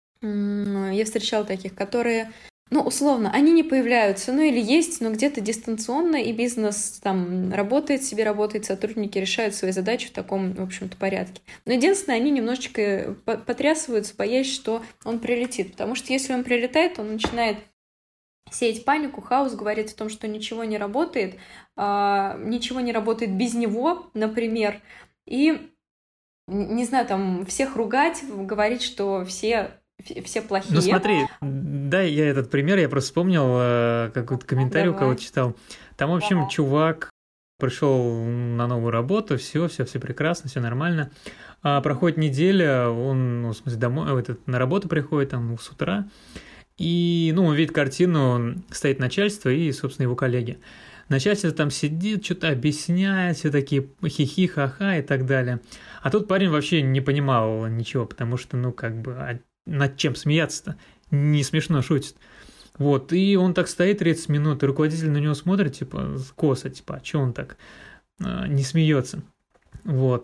[SPEAKER 1] м, я встречала таких, которые, ну, условно, они не появляются, ну, или есть, но где-то дистанционно, и бизнес там работает, себе работает, сотрудники решают свои задачи в таком, в общем-то, порядке. Но единственное, они немножечко по- потрясываются, боясь, что он прилетит, потому что если он прилетает, он начинает сеять панику, хаос, говорить о том, что ничего не работает, а, ничего не работает без него, например, и, н- не знаю, там, всех ругать, говорить, что все, ф- все плохие.
[SPEAKER 3] Ну смотри, да, я этот пример, я просто вспомнил, э, какой-то комментарий у
[SPEAKER 1] Давай.
[SPEAKER 3] кого-то читал. Там, в общем,
[SPEAKER 1] Давай.
[SPEAKER 3] чувак пришел на новую работу, все, все, все прекрасно, все нормально. А проходит неделя, он, ну, в смысле, домой, э, этот, на работу приходит там с утра, и, ну, он видит картину, стоит начальство и, собственно, его коллеги. Начальство там сидит, что-то объясняет, все такие хихи, ха-ха и так далее. А тут парень вообще не понимал ничего, потому что, ну, как бы, а над чем смеяться-то? Не смешно шутит. Вот, и он так стоит тридцать минут, и руководитель на него смотрит, типа, косо, типа, а что он так а, не смеется? Вот.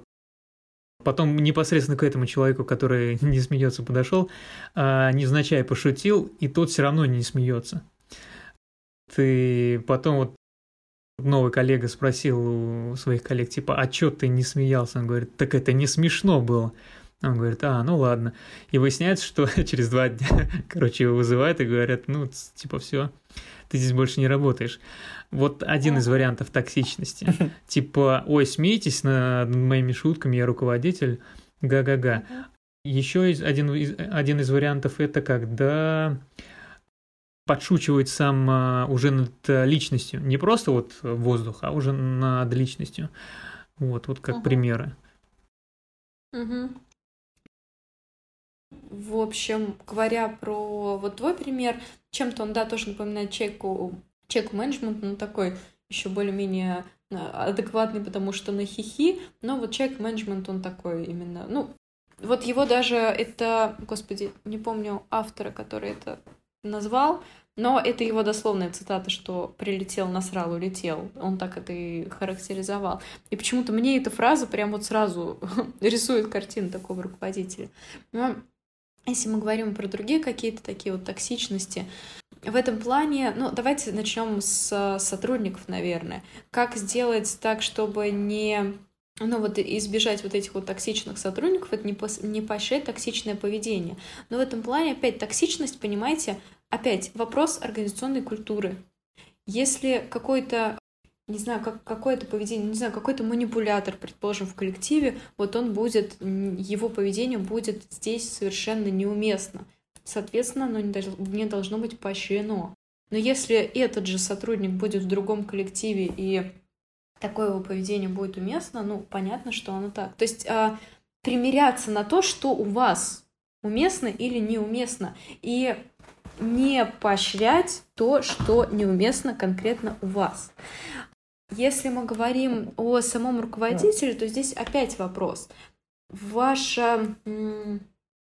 [SPEAKER 3] Потом непосредственно к этому человеку, который не смеется, подошел, а, невзначай пошутил, и тот все равно не смеется. Ты потом вот новый коллега спросил у своих коллег, типа, а чё ты не смеялся? Он говорит, так это не смешно было. Он говорит, а, ну ладно. И выясняется, что через два дня, короче, его вызывают и говорят, ну, ц- типа, все, ты здесь больше не работаешь. Вот один из вариантов токсичности. Типа, ой, смейтесь над моими шутками, я руководитель, га-га-га. Еще из, один, из, один из вариантов это когда подшучивает сам а, уже над а, личностью. Не просто вот воздух, а уже над личностью. Вот, вот как
[SPEAKER 1] Мгм.
[SPEAKER 3] примеры.
[SPEAKER 1] Мгм. В общем, говоря про вот твой пример, чем-то он, да, тоже напоминает чеку, чеку менеджмент, но такой еще более-менее а, адекватный, потому что на хихи, но вот чек менеджмент он такой именно, ну, вот его даже это, господи, не помню автора, который это назвал, но это его дословная цитата, что «прилетел, насрал, улетел». Он так это и характеризовал. И почему-то мне эта фраза прям вот сразу рисует картину такого руководителя. Но если мы говорим про другие какие-то такие вот токсичности, в этом плане, ну, давайте начнем с сотрудников, наверное. Как сделать так, чтобы не... Ну, вот избежать вот этих вот токсичных сотрудников, это не, пос... не поощрять токсичное поведение. Но в этом плане, опять, токсичность, понимаете, опять вопрос организационной культуры. Если какой-то, не знаю, как, какое-то поведение, не знаю, какой-то манипулятор, предположим, в коллективе, вот он будет, его поведение будет здесь совершенно неуместно. Соответственно, оно не, дож- не должно быть поощрено. Но если этот же сотрудник будет в другом коллективе и такое его поведение будет уместно, ну, понятно, что оно так. То есть а, примиряться на то, что у вас уместно или неуместно, и не поощрять то, что неуместно конкретно у вас. Если мы говорим о самом руководителе, то здесь опять вопрос. Ваша, м,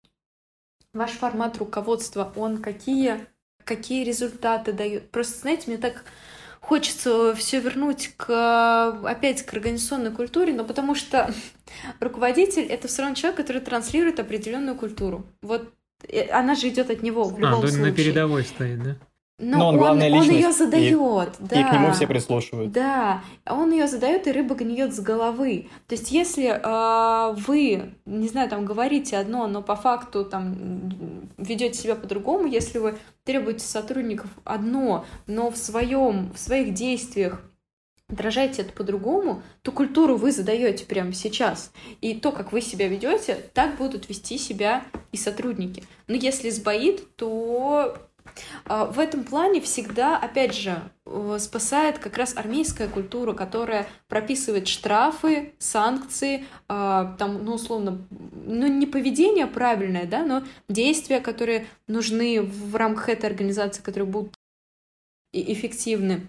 [SPEAKER 1] ваш формат руководства, он какие, какие результаты дает? Просто, знаете, мне так хочется все вернуть к, опять к организационной культуре, но потому что руководитель — это все равно человек, который транслирует определенную культуру. Вот э, она же идет от него в
[SPEAKER 3] А,
[SPEAKER 1] любом
[SPEAKER 3] он
[SPEAKER 1] случае.
[SPEAKER 3] на передовой стоит, да?
[SPEAKER 1] Но,
[SPEAKER 4] Но он
[SPEAKER 1] он,
[SPEAKER 4] главная
[SPEAKER 1] он
[SPEAKER 4] личность,
[SPEAKER 1] ее
[SPEAKER 4] и-
[SPEAKER 1] задает, да.
[SPEAKER 4] И к нему все прислушивают.
[SPEAKER 1] Да, он ее задает, и рыба гниет с головы. То есть, если э, вы, не знаю, там говорите одно, но по факту там ведете себя по-другому, если вы требуете сотрудников одно, но в своем, в своих действиях отражаете это по-другому, то культуру вы задаете прямо сейчас. И то, как вы себя ведете, так будут вести себя и сотрудники. Но если сбоит, то в этом плане всегда, опять же, спасает как раз армейская культура, которая прописывает штрафы, санкции, там, ну, условно, ну, не поведение правильное, да, но действия, которые нужны в рамках этой организации, которые будут эффективны,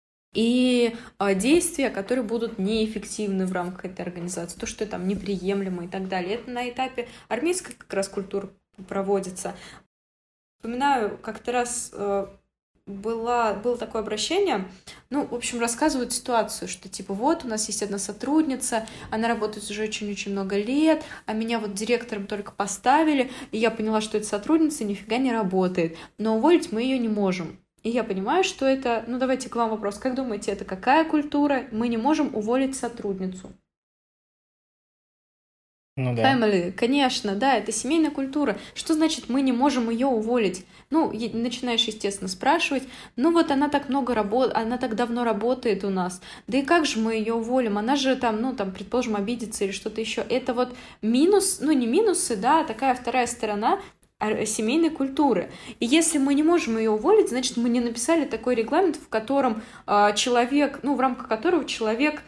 [SPEAKER 1] и действия, которые будут неэффективны в рамках этой организации, то, что там неприемлемо и так далее. Это на этапе армейской как раз культуры проводится. Вспоминаю, как-то раз э, была, было такое обращение, ну, в общем, рассказывают ситуацию, что типа вот у нас есть одна сотрудница, она работает уже очень-очень много лет, а меня вот директором только поставили, и я поняла, что эта сотрудница нифига не работает, но уволить мы ее не можем. И я понимаю, что это, ну, давайте к вам вопрос, как думаете, это какая культура? Мы не можем уволить сотрудницу.
[SPEAKER 4] Ну да.
[SPEAKER 1] Family, конечно, да, это семейная культура. Что значит мы не можем ее уволить? Ну, е- начинаешь, естественно, спрашивать. Ну вот она так много работает, она так давно работает у нас. Да и как же мы ее уволим? Она же там, ну там, предположим, обидится или что-то еще. Это вот минус, ну не минусы, да, а такая вторая сторона ар- семейной культуры. И если мы не можем ее уволить, значит, мы не написали такой регламент, в котором а, человек, ну в рамках которого человек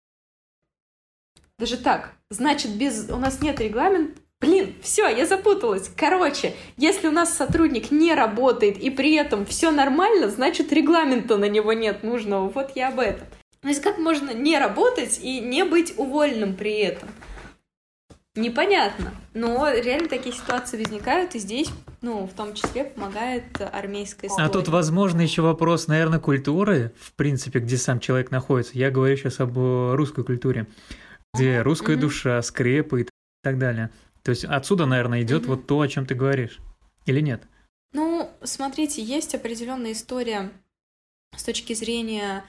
[SPEAKER 1] даже так, значит, без у нас нет регламента. Блин, все, я запуталась. Короче, если у нас сотрудник не работает и при этом все нормально, значит, регламента на него нет нужного. Вот я об этом. То есть как можно не работать и не быть уволенным при этом? Непонятно. Но реально такие ситуации возникают, и здесь, ну, в том числе помогает армейская история.
[SPEAKER 3] А тут, возможно, еще вопрос, наверное, культуры, в принципе, где сам человек находится. Я говорю сейчас об э, русской культуре, где русская
[SPEAKER 1] Мгм.
[SPEAKER 3] душа, скрепы и так далее. То есть отсюда, наверное, идет
[SPEAKER 1] Мгм.
[SPEAKER 3] вот то, о чем ты говоришь. Или нет?
[SPEAKER 1] Ну, смотрите, есть определенная история с точки зрения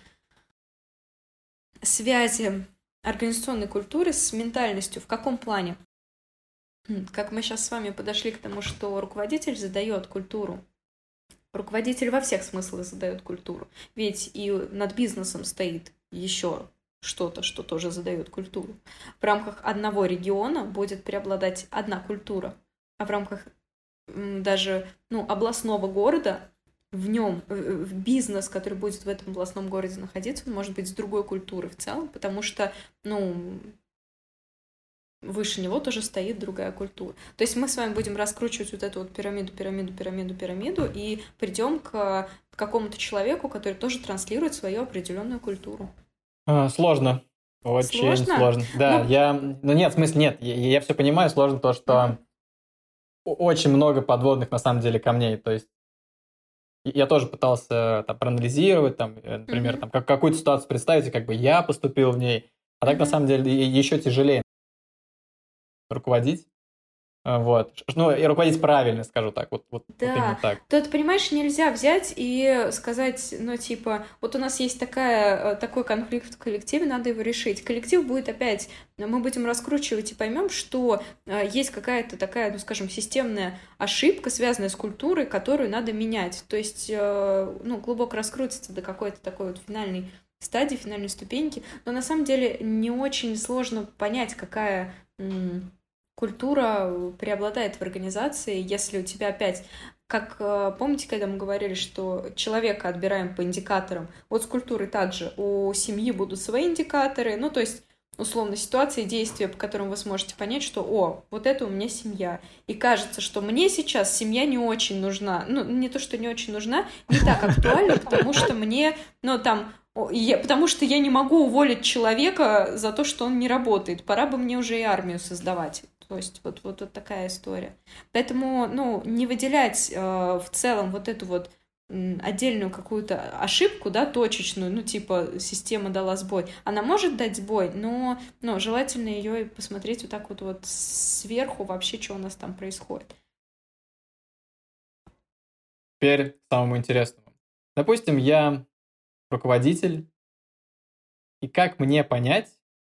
[SPEAKER 1] связи организационной культуры с ментальностью. В каком плане? М, Как мы сейчас с вами подошли к тому, что руководитель задает культуру. Руководитель во всех смыслах задает культуру. Ведь и над бизнесом стоит еще что-то, что тоже задает культуру. В рамках одного региона будет преобладать одна культура, а в рамках м, даже ну, областного города в нем бизнес, который будет в этом областном городе находиться, он может быть с другой культуры в целом, потому что ну, выше него тоже стоит другая культура. То есть мы с вами будем раскручивать вот эту вот пирамиду, пирамиду, пирамиду, пирамиду и придем к какому-то человеку, который тоже транслирует свою определенную культуру.
[SPEAKER 4] А, Сложно. Очень
[SPEAKER 1] Сложно?
[SPEAKER 4] сложно. Да,
[SPEAKER 1] Ну-
[SPEAKER 4] я... Ну нет, в смысле нет. Я, я все понимаю, сложно то, что о- очень много подводных на самом деле камней. То есть я тоже пытался там проанализировать, там, э, например,
[SPEAKER 1] Мгм.
[SPEAKER 4] там, как, какую-то ситуацию представить, и как бы я поступил в ней. А так на
[SPEAKER 1] Мгм.
[SPEAKER 4] самом деле и- еще тяжелее руководить. Вот. Ну, и руководить правильно, скажу так. Вот, вот,
[SPEAKER 1] Да.
[SPEAKER 4] вот именно так.
[SPEAKER 1] Тут, понимаешь, нельзя взять и сказать, ну, типа, вот у нас есть такая, такой конфликт в коллективе, надо его решить. Коллектив будет опять, мы будем раскручивать и поймем, что есть какая-то такая, ну, скажем, системная ошибка, связанная с культурой, которую надо менять. То есть, ну, глубоко раскрутиться до какой-то такой вот финальной стадии, финальной ступеньки. Но на самом деле не очень сложно понять, какая культура преобладает в организации, если у тебя опять, как помните, когда мы говорили, что человека отбираем по индикаторам, вот с культурой также у семьи будут свои индикаторы, ну, то есть, условно, ситуации, действия, по которым вы сможете понять, что, о, вот это у меня семья. И кажется, что мне сейчас семья не очень нужна. Ну, не то, что не очень нужна, не так актуально, потому что мне, ну, там, я, потому что я не могу уволить человека за то, что он не работает. Пора бы мне уже и армию создавать. То есть вот, вот, вот такая история. Поэтому, ну, не выделять э, в целом вот эту вот м, отдельную какую-то ошибку, да, точечную, ну, типа, система дала сбой. Она может дать сбой, но, но желательно ее посмотреть вот так вот, вот сверху вообще, что у нас там происходит.
[SPEAKER 4] Теперь к самому интересному. Допустим, я руководитель, и как мне понять,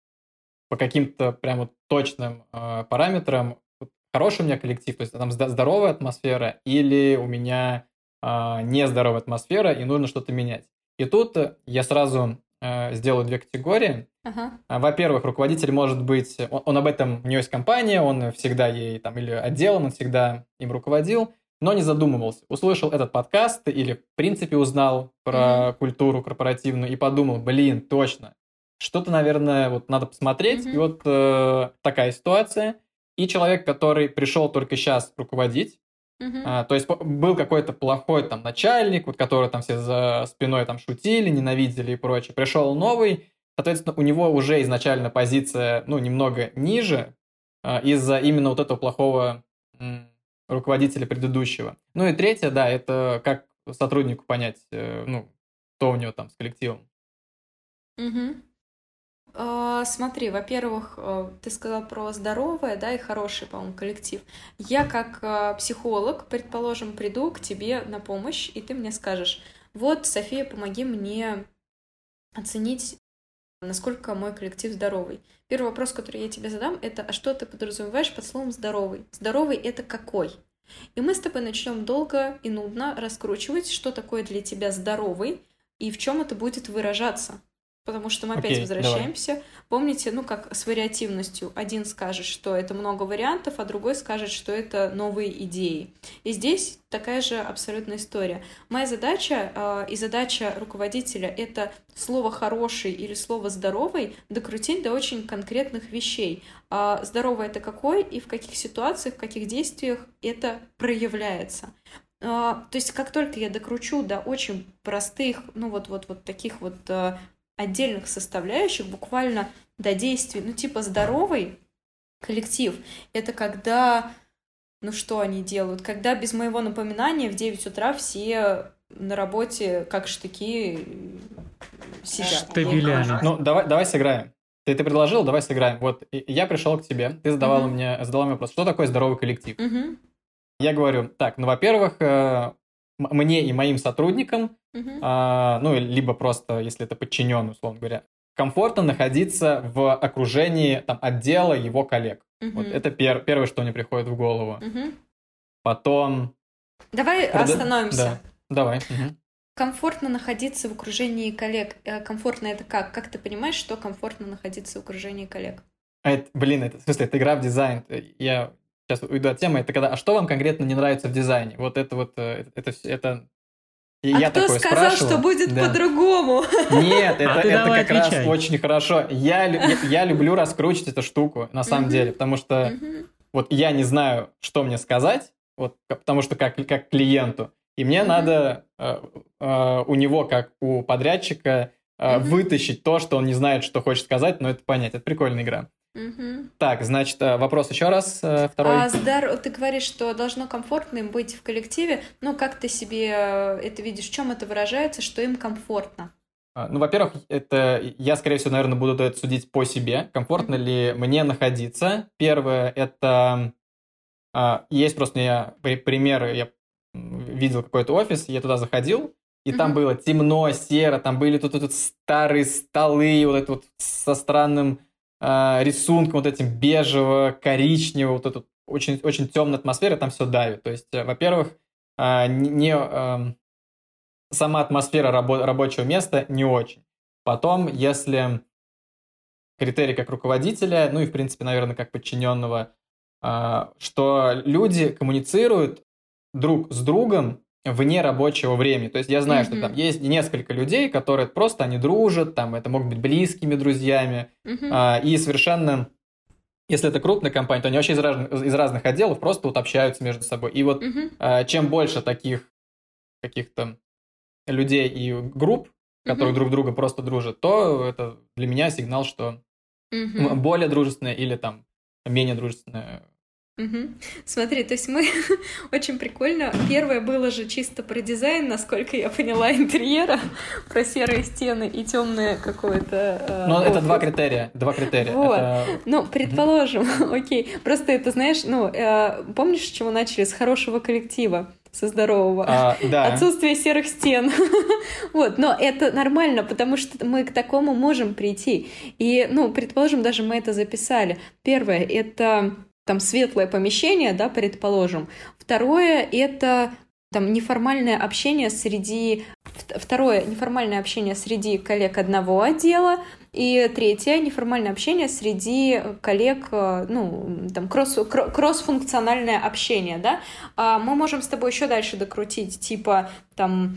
[SPEAKER 4] по каким-то прям вот точным э, параметрам, вот хороший у меня коллектив, то есть там здоровая атмосфера, или у меня э, нездоровая атмосфера, и нужно что-то менять. И тут я сразу э, сделаю две категории.
[SPEAKER 1] Ага.
[SPEAKER 4] Во-первых, руководитель может быть, он, он об этом, у него есть компания, он всегда ей там, или отделом, он всегда им руководил, но не задумывался. Услышал этот подкаст или, в принципе, узнал про mm-hmm. культуру корпоративную и подумал, блин, точно, что-то, наверное, вот надо посмотреть. Mm-hmm. И вот э, такая ситуация. И человек, который пришел только сейчас руководить, mm-hmm. а, то есть был какой-то плохой там начальник, вот который там все за спиной там шутили, ненавидели и прочее. Пришел новый, соответственно, у него уже изначально позиция, ну, немного ниже а, из-за именно вот этого плохого м, руководителя предыдущего. Ну и третье, да, это как сотруднику понять, э, ну, кто у него там с коллективом.
[SPEAKER 1] Mm-hmm. Uh, смотри, во-первых, uh, ты сказал про здоровое, да, и хороший, по-моему, коллектив. Я как uh, психолог, предположим, приду к тебе на помощь, и ты мне скажешь, вот, София, помоги мне оценить, насколько мой коллектив здоровый. Первый вопрос, который я тебе задам, это, а что ты подразумеваешь под словом «здоровый»? Здоровый — это какой? И мы с тобой начнем долго и нудно раскручивать, что такое для тебя здоровый, и в чем это будет выражаться. Потому что мы опять okay, возвращаемся. Давай. Помните, ну как с вариативностью. Один скажет, что это много вариантов, а другой скажет, что это новые идеи. И здесь такая же абсолютная история. Моя задача э, и задача руководителя — это слово «хороший» или слово «здоровый» докрутить до очень конкретных вещей. А здоровый — это какой и в каких ситуациях, в каких действиях это проявляется. А, то есть как только я докручу до очень простых, ну вот-вот-вот таких вот отдельных составляющих, буквально до действий, ну типа здоровый коллектив, это когда, ну что они делают, когда без моего напоминания в девять утра все на работе как штыки сидят.
[SPEAKER 3] Штабелями.
[SPEAKER 4] Ну давай, давай сыграем. Ты это предложил, давай сыграем. Вот я пришел к тебе, ты задавала угу. мне, задала мне вопрос, что такое здоровый коллектив?
[SPEAKER 1] Угу.
[SPEAKER 4] Я говорю, так, ну во-первых, мне и моим сотрудникам, uh-huh. а, ну, либо просто, если это подчиненный, условно говоря, комфортно находиться в окружении там, отдела его коллег. Uh-huh. Вот это пер- первое, что мне приходит в голову. Uh-huh. Потом...
[SPEAKER 1] Давай Прод... остановимся.
[SPEAKER 4] Да, давай. Uh-huh.
[SPEAKER 1] Комфортно находиться в окружении коллег. Комфортно это как? Как ты понимаешь, что комфортно находиться в окружении коллег?
[SPEAKER 4] А это, блин, это, в смысле, это игра в дизайн. Я... Сейчас уйду от темы. Это когда, а что вам конкретно не нравится в дизайне? Вот это вот, это, это, это
[SPEAKER 1] а я кто сказал, спрашивал. Что будет да. по-другому?
[SPEAKER 4] Нет, это, а это как отвечай. Раз очень хорошо. Я, я, я люблю раскручивать эту штуку, на самом uh-huh. деле, потому что uh-huh. вот я не знаю, что мне сказать, вот, потому что как, как клиенту, и мне uh-huh. надо э, э, у него, как у подрядчика, э, uh-huh. вытащить то, что он не знает, что хочет сказать, но это понять. Это прикольная игра.
[SPEAKER 1] Угу.
[SPEAKER 4] Так, значит, вопрос еще раз, второй.
[SPEAKER 1] А, здор... Ты говоришь, что должно комфортно им быть в коллективе, но как ты себе это видишь, в чем это выражается, что им комфортно?
[SPEAKER 4] Ну, во-первых, это я, скорее всего, наверное, буду это судить по себе, комфортно mm-hmm. ли мне находиться. Первое, это А, есть просто я, при- примеры, я видел какой-то офис, я туда заходил, и там
[SPEAKER 1] Мгм.
[SPEAKER 4] было темно, серо, там были тут, тут старые столы, вот это вот со странным а, рисунком, вот этим бежево-коричневого, вот это очень, очень темная атмосфера, там все давит. То есть, э, во-первых, а, не, не, ам, сама атмосфера рабо- рабочего места не очень. Потом, если критерий как руководителя, ну и, в принципе, наверное, как подчиненного, а, что люди коммуницируют друг с другом вне рабочего времени. То есть я знаю, что там
[SPEAKER 1] Мгм.
[SPEAKER 4] есть несколько людей, которые просто они дружат, там это могут быть близкими друзьями,
[SPEAKER 1] Мгм.
[SPEAKER 4] а, и совершенно, если это крупная компания, то они вообще из разных, из разных отделов просто вот общаются между собой. И вот
[SPEAKER 1] Мгм.
[SPEAKER 4] а, чем больше таких каких-то людей и групп, которые
[SPEAKER 1] Мгм.
[SPEAKER 4] друг друга просто дружат, то это для меня сигнал, что
[SPEAKER 1] Мгм.
[SPEAKER 4] м, более дружественная или там менее дружественная.
[SPEAKER 1] Мгм. Смотри, то есть мы очень прикольно. Первое было же чисто про дизайн, насколько я поняла, интерьера, про серые стены и темное какое-то. э,
[SPEAKER 4] Но это
[SPEAKER 1] офис.
[SPEAKER 4] два критерия, два критерия.
[SPEAKER 1] Вот.
[SPEAKER 4] Это
[SPEAKER 1] Ну, предположим, окей. Просто это, знаешь, ну, э, помнишь, с чего начали? С хорошего коллектива, со здорового.
[SPEAKER 4] а, да.
[SPEAKER 1] Отсутствие серых стен. Вот, но это нормально, потому что мы к такому можем прийти. И, ну, предположим, даже мы это записали. Первое — это там светлое помещение, да, предположим. Второе — это там неформальное общение среди... В- Второе — неформальное общение среди коллег одного отдела. И третье — неформальное общение среди коллег, э, ну, там, кросс, кро- кросс-функциональное общение, да. А мы можем с тобой еще дальше докрутить, типа, там,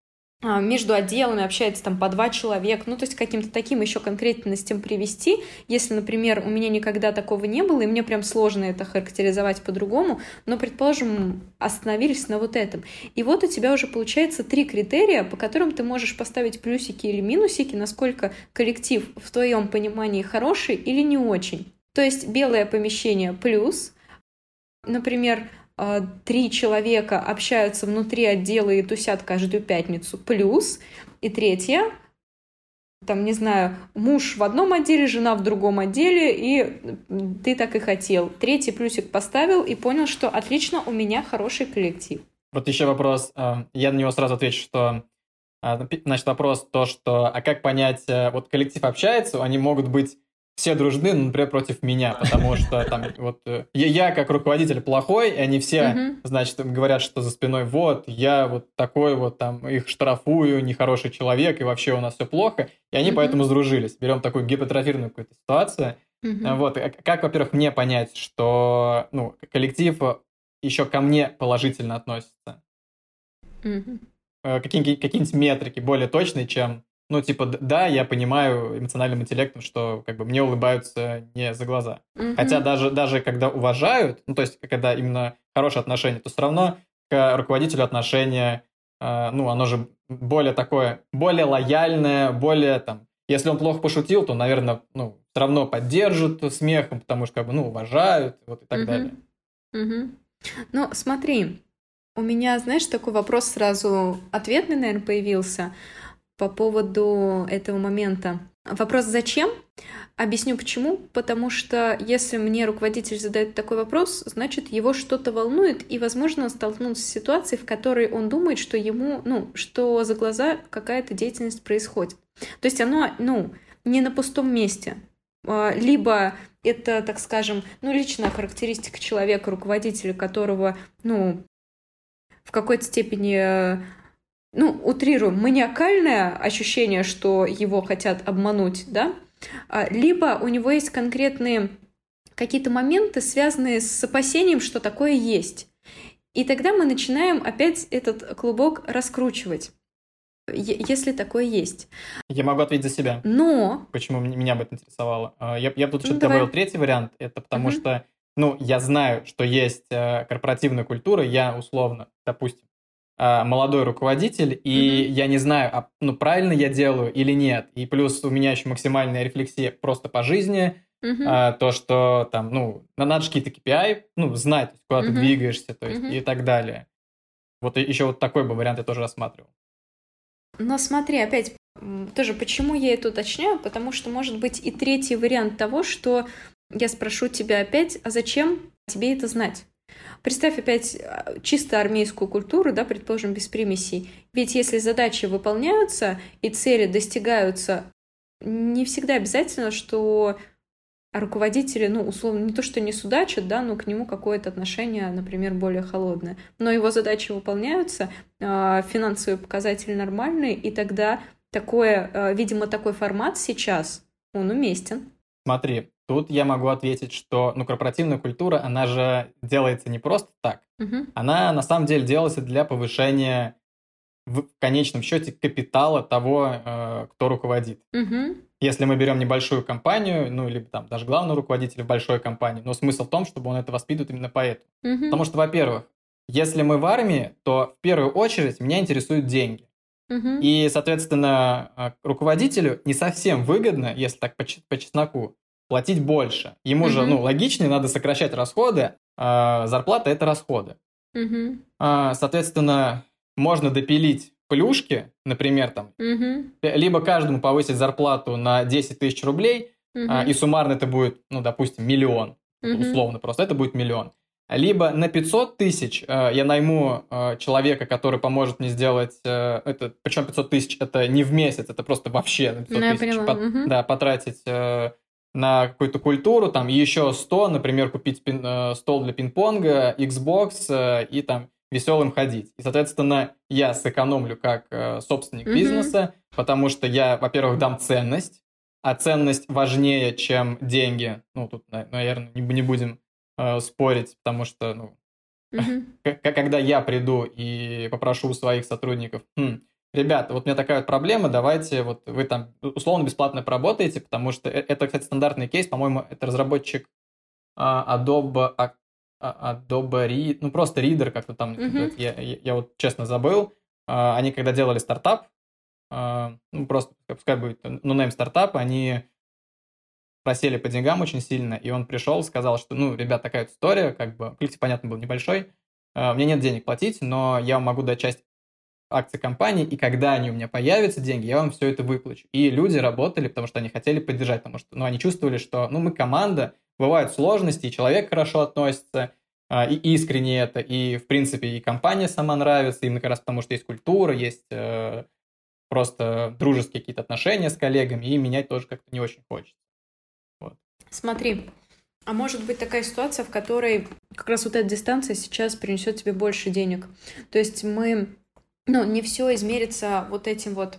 [SPEAKER 1] а, между отделами общается там по два человека, ну, то есть каким-то таким еще конкретностям привести, если, например, у меня никогда такого не было, и мне прям сложно это характеризовать по-другому, но, предположим, остановились на вот этом. И вот у тебя уже получается три критерия, по которым ты можешь поставить плюсики или минусики, насколько коллектив в твоем понимании хороший или не очень. То есть белое помещение — плюс, например, э, три человека общаются внутри отдела и тусят каждую пятницу, плюс. И третье, там, не знаю, муж в одном отделе, жена в другом отделе, и ты так и хотел. Третий плюсик поставил и понял, что отлично, у меня хороший коллектив.
[SPEAKER 4] Вот еще вопрос, а, я на него сразу отвечу, что, а, пи- значит, вопрос то, что, а как понять, э, вот коллектив общается, они могут быть все дружны, ну, например, против меня, потому что там вот э, я, я как руководитель плохой, и они все,
[SPEAKER 1] Мгм.
[SPEAKER 4] значит, говорят, что за спиной вот, я вот такой вот там, их штрафую, нехороший человек, и вообще у нас все плохо, и они
[SPEAKER 1] Мгм.
[SPEAKER 4] поэтому сдружились. Берем такую гипертрофированную какую-то ситуацию.
[SPEAKER 1] Мгм.
[SPEAKER 4] А, Вот, а как, во-первых, мне понять, что, ну, коллектив еще ко мне положительно относится?
[SPEAKER 1] Мгм.
[SPEAKER 4] Э, Какие, какие-нибудь метрики более точные, чем, ну, типа, д- да, я понимаю эмоциональным интеллектом, что как бы мне улыбаются не за глаза.
[SPEAKER 1] Мгм.
[SPEAKER 4] Хотя даже, даже когда уважают, ну, то есть, когда именно хорошие отношения, то все равно к руководителю отношение, э, ну, оно же более такое, более лояльное, более там, если он плохо пошутил, то, наверное, ну, все равно поддержат смехом, потому что, как бы, ну, уважают, вот и так
[SPEAKER 1] Мгм.
[SPEAKER 4] далее.
[SPEAKER 1] Мгм. Ну, смотри, у меня, знаешь, такой вопрос сразу ответный, наверное, появился по поводу этого момента. Вопрос «зачем?». Объясню почему. Потому что если мне руководитель задает такой вопрос, значит, его что-то волнует, и, возможно, он столкнулся с ситуацией, в которой он думает, что ему, ну, что за глаза какая-то деятельность происходит. То есть оно, ну, не на пустом месте. А, Либо это, так скажем, ну, личная характеристика человека, руководителя которого, ну, в какой-то степени, э, ну, утрируем, маниакальное ощущение, что его хотят обмануть, да, А, либо у него есть конкретные какие-то моменты, связанные с опасением, что такое есть. И тогда мы начинаем опять этот клубок раскручивать, е- если такое есть.
[SPEAKER 4] Я могу ответить за себя.
[SPEAKER 1] Но...
[SPEAKER 4] Почему м- меня бы это интересовало. А, Я, я бы тут
[SPEAKER 1] Ну,
[SPEAKER 4] еще
[SPEAKER 1] давай.
[SPEAKER 4] добавил третий вариант. Это потому
[SPEAKER 1] Мгм.
[SPEAKER 4] что, ну, я знаю, что есть э, корпоративная культура. Я, условно, допустим, а, молодой руководитель, и
[SPEAKER 1] Мгм.
[SPEAKER 4] я не знаю, а, ну, правильно я делаю или нет. И плюс у меня еще максимальная рефлексия просто по жизни.
[SPEAKER 1] Мгм.
[SPEAKER 4] а, то, что там, ну, на- надо же какие-то кей пи ай, ну, знать, то есть, куда ты
[SPEAKER 1] Мгм.
[SPEAKER 4] двигаешься, то есть,
[SPEAKER 1] Мгм.
[SPEAKER 4] и так далее. Вот и- еще вот такой бы вариант я тоже рассматривал.
[SPEAKER 1] Но смотри, опять, м, тоже почему я это уточняю? Потому что может быть и третий вариант того, что я спрошу тебя опять, а зачем тебе это знать? Представь опять чисто армейскую культуру, да, предположим, без примесей. Ведь если задачи выполняются и цели достигаются, не всегда обязательно, что руководители, ну, условно, не то, что не судачат, да, но к нему какое-то отношение, например, более холодное. Но его задачи выполняются, финансовые показатели нормальные, и тогда такое, видимо, такой формат сейчас, он уместен.
[SPEAKER 4] Смотри, тут я могу ответить, что ну, корпоративная культура, она же делается не просто так.
[SPEAKER 1] Угу.
[SPEAKER 4] Она на самом деле делается для повышения в конечном счете капитала того, э, кто руководит.
[SPEAKER 1] Угу.
[SPEAKER 4] Если мы берем небольшую компанию, ну, либо там даже главного руководителя в большой компании, но смысл в том, чтобы он это воспитывает именно поэтому.
[SPEAKER 1] Угу.
[SPEAKER 4] Потому что, во-первых, если мы в армии, то в первую очередь меня интересуют деньги.
[SPEAKER 1] Угу.
[SPEAKER 4] И, соответственно, руководителю не совсем выгодно, если так по, по чесноку, платить больше. Ему uh-huh. же, ну, логичнее, надо сокращать расходы, а зарплата – это расходы.
[SPEAKER 1] Uh-huh.
[SPEAKER 4] А, соответственно, можно допилить плюшки, например, там,
[SPEAKER 1] uh-huh.
[SPEAKER 4] либо каждому повысить зарплату на десять тысяч рублей, uh-huh. а, и суммарно это будет, ну, допустим, миллион, uh-huh. условно просто, это будет миллион. Либо на пятьсот тысяч э, я найму э, человека, который поможет мне сделать э, это, причем пятьсот тысяч это не в месяц, это просто вообще на пятьсот тысяч по,
[SPEAKER 1] угу.
[SPEAKER 4] да, потратить э, на какую-то культуру, там, и еще сто, например, купить пин, э, стол для пинг-понга, Xbox э, и там веселым ходить. И, соответственно, я сэкономлю как э, собственник
[SPEAKER 1] угу.
[SPEAKER 4] бизнеса, потому что я, во-первых, дам ценность, а ценность важнее, чем деньги. Ну, тут, наверное, не, не будем спорить, потому что, ну,
[SPEAKER 1] uh-huh.
[SPEAKER 4] к- когда я приду и попрошу у своих сотрудников, хм, ребята, вот у меня такая вот проблема, давайте, вот вы там условно бесплатно поработаете, потому что это, кстати, стандартный кейс, по-моему, это разработчик а, Adobe, а, Adobe Reader, ну, просто Reader, как-то там, uh-huh. я, я, я вот честно забыл, а, они когда делали стартап, а, ну, просто, пускай будет no-name стартап, они просели по деньгам очень сильно, и он пришел, сказал, что, ну, ребят, такая вот история, как бы, коллектив, понятно, был небольшой, uh, мне нет денег платить, но я вам могу дать часть акций компании, и когда они у меня появятся, деньги, я вам все это выплачу. И люди работали, потому что они хотели поддержать, потому что, ну, они чувствовали, что, ну, мы команда, бывают сложности, и человек хорошо относится, uh, и искренне это, и, в принципе, и компания сама нравится, именно как раз потому, что есть культура, есть uh, просто дружеские какие-то отношения с коллегами, и менять тоже как-то не очень хочется.
[SPEAKER 1] Смотри, а может быть такая ситуация, в которой как раз вот эта дистанция сейчас принесет тебе больше денег. То есть мы, ну, не все измерится вот этим вот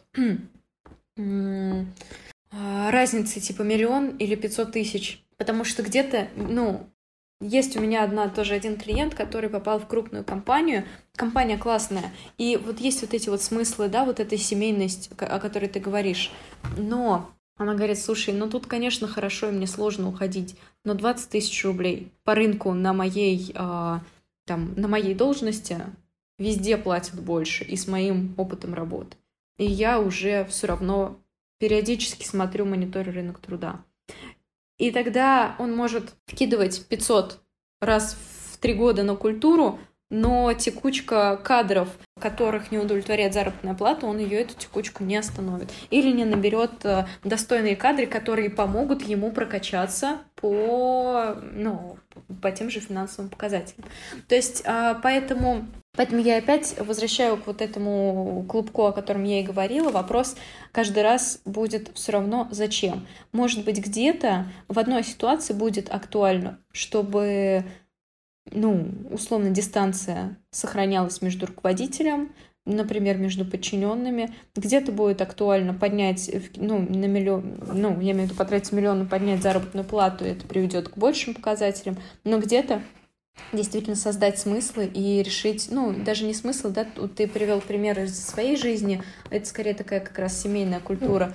[SPEAKER 1] разницей типа миллион или пятьсот тысяч. Потому что где-то, ну, есть у меня одна, тоже один клиент, который попал в крупную компанию. Компания классная. И вот есть вот эти вот смыслы, да, вот этой семейности, о которой ты говоришь. Но она говорит, слушай, ну тут, конечно, хорошо, и мне сложно уходить, но двадцать тысяч рублей по рынку на моей, э, там, на моей должности везде платят больше, и с моим опытом работы. И я уже все равно периодически смотрю, мониторю рынок труда. И тогда он может вкидывать пятьсот раз в три года на культуру, но текучка кадров, которых не удовлетворяет заработная плата, он ее, эту текучку, не остановит. Или не наберет достойные кадры, которые помогут ему прокачаться по, ну, по тем же финансовым показателям. То есть, поэтому, поэтому я опять возвращаю к вот этому клубку, о котором я и говорила. Вопрос каждый раз будет все равно зачем. Может быть, где-то в одной ситуации будет актуально, чтобы... ну, условно, дистанция сохранялась между руководителем, например, между подчиненными. Где-то будет актуально поднять, ну, на миллион, ну, я имею в виду потратить миллион и поднять заработную плату, и это приведет к большим показателям, но где-то действительно создать смыслы и решить, ну, даже не смысл, да, ты привел пример из своей жизни, это скорее такая как раз семейная культура,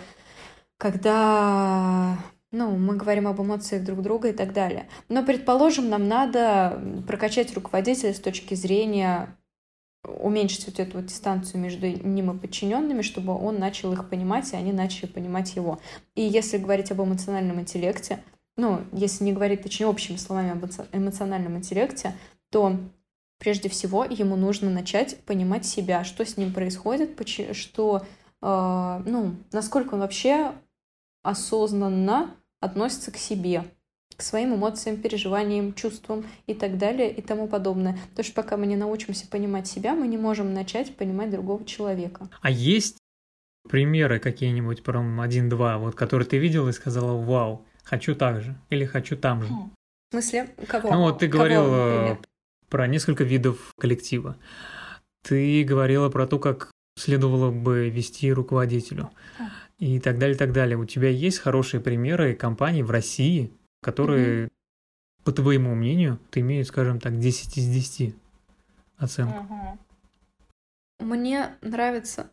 [SPEAKER 1] когда... ну, мы говорим об эмоциях друг друга и так далее. Но, предположим, нам надо прокачать руководителя с точки зрения уменьшить вот эту вот дистанцию между ним и подчиненными, чтобы он начал их понимать, и они начали понимать его. И если говорить об эмоциональном интеллекте, ну, если не говорить, точнее, общими словами об эмоциональном интеллекте, то прежде всего ему нужно начать понимать себя, что с ним происходит, что, э, ну, насколько он вообще осознанно относится к себе. к своим эмоциям, переживаниям, чувствам и так далее и тому подобное. Потому что пока мы не научимся понимать себя, мы не можем начать понимать другого человека.
[SPEAKER 3] А есть примеры какие-нибудь, прям один-два, вот, которые ты видела и сказала: вау, хочу так же или хочу там же?
[SPEAKER 1] В смысле, кого?
[SPEAKER 3] Ну вот ты
[SPEAKER 1] Кого,
[SPEAKER 3] говорил
[SPEAKER 1] например?
[SPEAKER 3] про несколько видов коллектива. Ты говорила про то, как следовало бы вести руководителю и так далее, и так далее. У тебя есть хорошие примеры компаний в России, которые, mm-hmm. по твоему мнению, имеют, скажем так, десять из десяти оценку?
[SPEAKER 1] Uh-huh. Мне нравится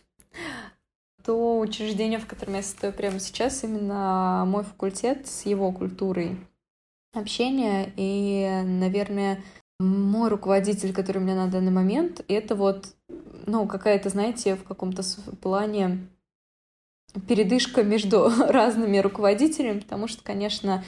[SPEAKER 1] то учреждение, в котором я стою прямо сейчас, именно мой факультет с его культурой общения. И, наверное, мой руководитель, который у меня на данный момент, это вот, ну, какая-то, знаете, в каком-то плане передышка между разными руководителями, потому что, конечно,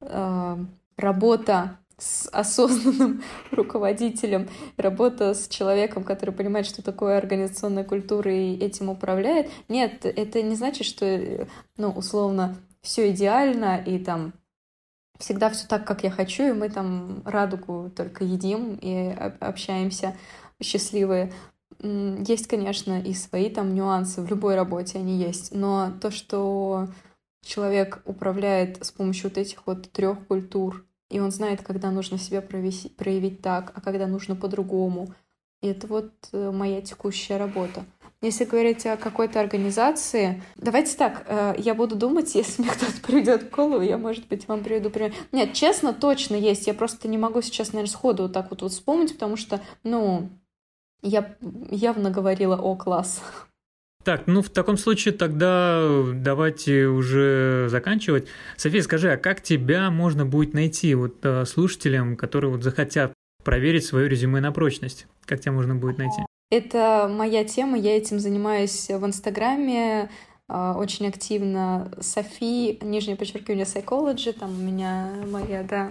[SPEAKER 1] работа с осознанным руководителем, работа с человеком, который понимает, что такое организационная культура и этим управляет. Нет, это не значит, что, ну, условно, все идеально и там всегда все так, как я хочу, и мы там радугу только едим и общаемся счастливые. Есть, конечно, и свои там нюансы, в любой работе они есть, но то, что человек управляет с помощью вот этих вот трех культур, и он знает, когда нужно себя проявить, проявить так, а когда нужно по-другому. И это вот моя текущая работа. Если говорить о какой-то организации, давайте так, я буду думать, если мне кто-то придет в голову, я, может быть, вам приведу пример. Нет, честно, точно есть. Я просто не могу сейчас, наверное, сходу вот так вот, вот вспомнить, потому что, ну, я явно говорила о класс.
[SPEAKER 3] Так, ну в таком случае тогда давайте уже заканчивать. София, скажи, а как тебя можно будет найти вот слушателям, которые вот захотят проверить свое резюме на прочность? Как тебя можно будет найти?
[SPEAKER 1] Это моя тема, я этим занимаюсь в Инстаграме очень активно. Софи, нижнее подчеркивание, Psychology, там у меня моя, да...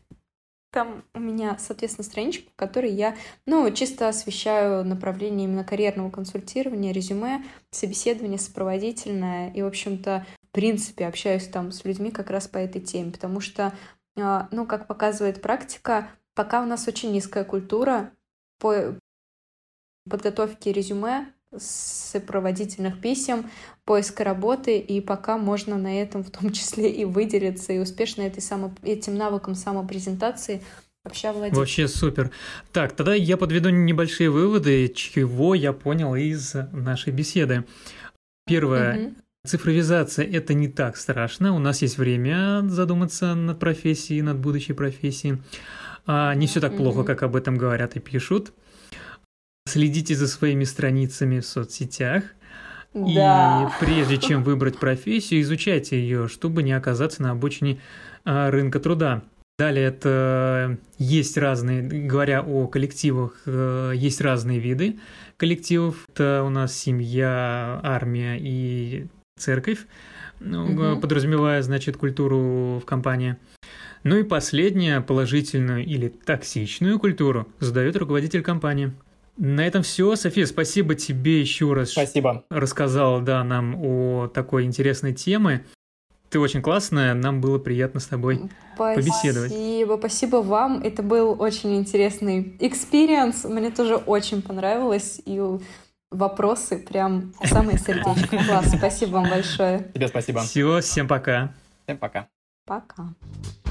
[SPEAKER 1] Там у меня, соответственно, страничка, в которой я, ну, чисто освещаю направление именно карьерного консультирования, резюме, собеседование сопроводительное. И, в общем-то, в принципе, общаюсь там с людьми как раз по этой теме. Потому что, ну, как показывает практика, пока у нас очень низкая культура по подготовке резюме, сопроводительных писем, поиска работы, и пока можно на этом в том числе и выделиться, и успешно этой само... этим навыком самопрезентации вообще владеть.
[SPEAKER 3] Вообще супер. Так, тогда я подведу небольшие выводы, чего я понял из нашей беседы. Первое. Угу. Цифровизация – это не так страшно. У нас есть время задуматься над профессией, над будущей профессией. А не все так угу. плохо, как об этом говорят и пишут. Следите за своими страницами в соцсетях. Да. И прежде чем выбрать профессию, изучайте ее, чтобы не оказаться на обочине а, рынка труда. Далее это есть разные, говоря о коллективах, есть разные виды коллективов. Это у нас семья, армия и церковь, угу. подразумевая, значит, культуру в компании. Ну и последнее, положительную или токсичную культуру задает руководитель компании. На этом все. София, спасибо тебе еще раз.
[SPEAKER 2] Спасибо.
[SPEAKER 3] Рассказала, да, нам о такой интересной теме. Ты очень классная, нам было приятно с тобой
[SPEAKER 1] спасибо,
[SPEAKER 3] побеседовать.
[SPEAKER 1] Спасибо, спасибо вам. Это был очень интересный экспириенс. Мне тоже очень понравилось. И вопросы прям в самое сердечко. Класс, спасибо вам большое.
[SPEAKER 2] Тебе спасибо.
[SPEAKER 3] Все, всем пока.
[SPEAKER 2] Всем пока.
[SPEAKER 1] Пока.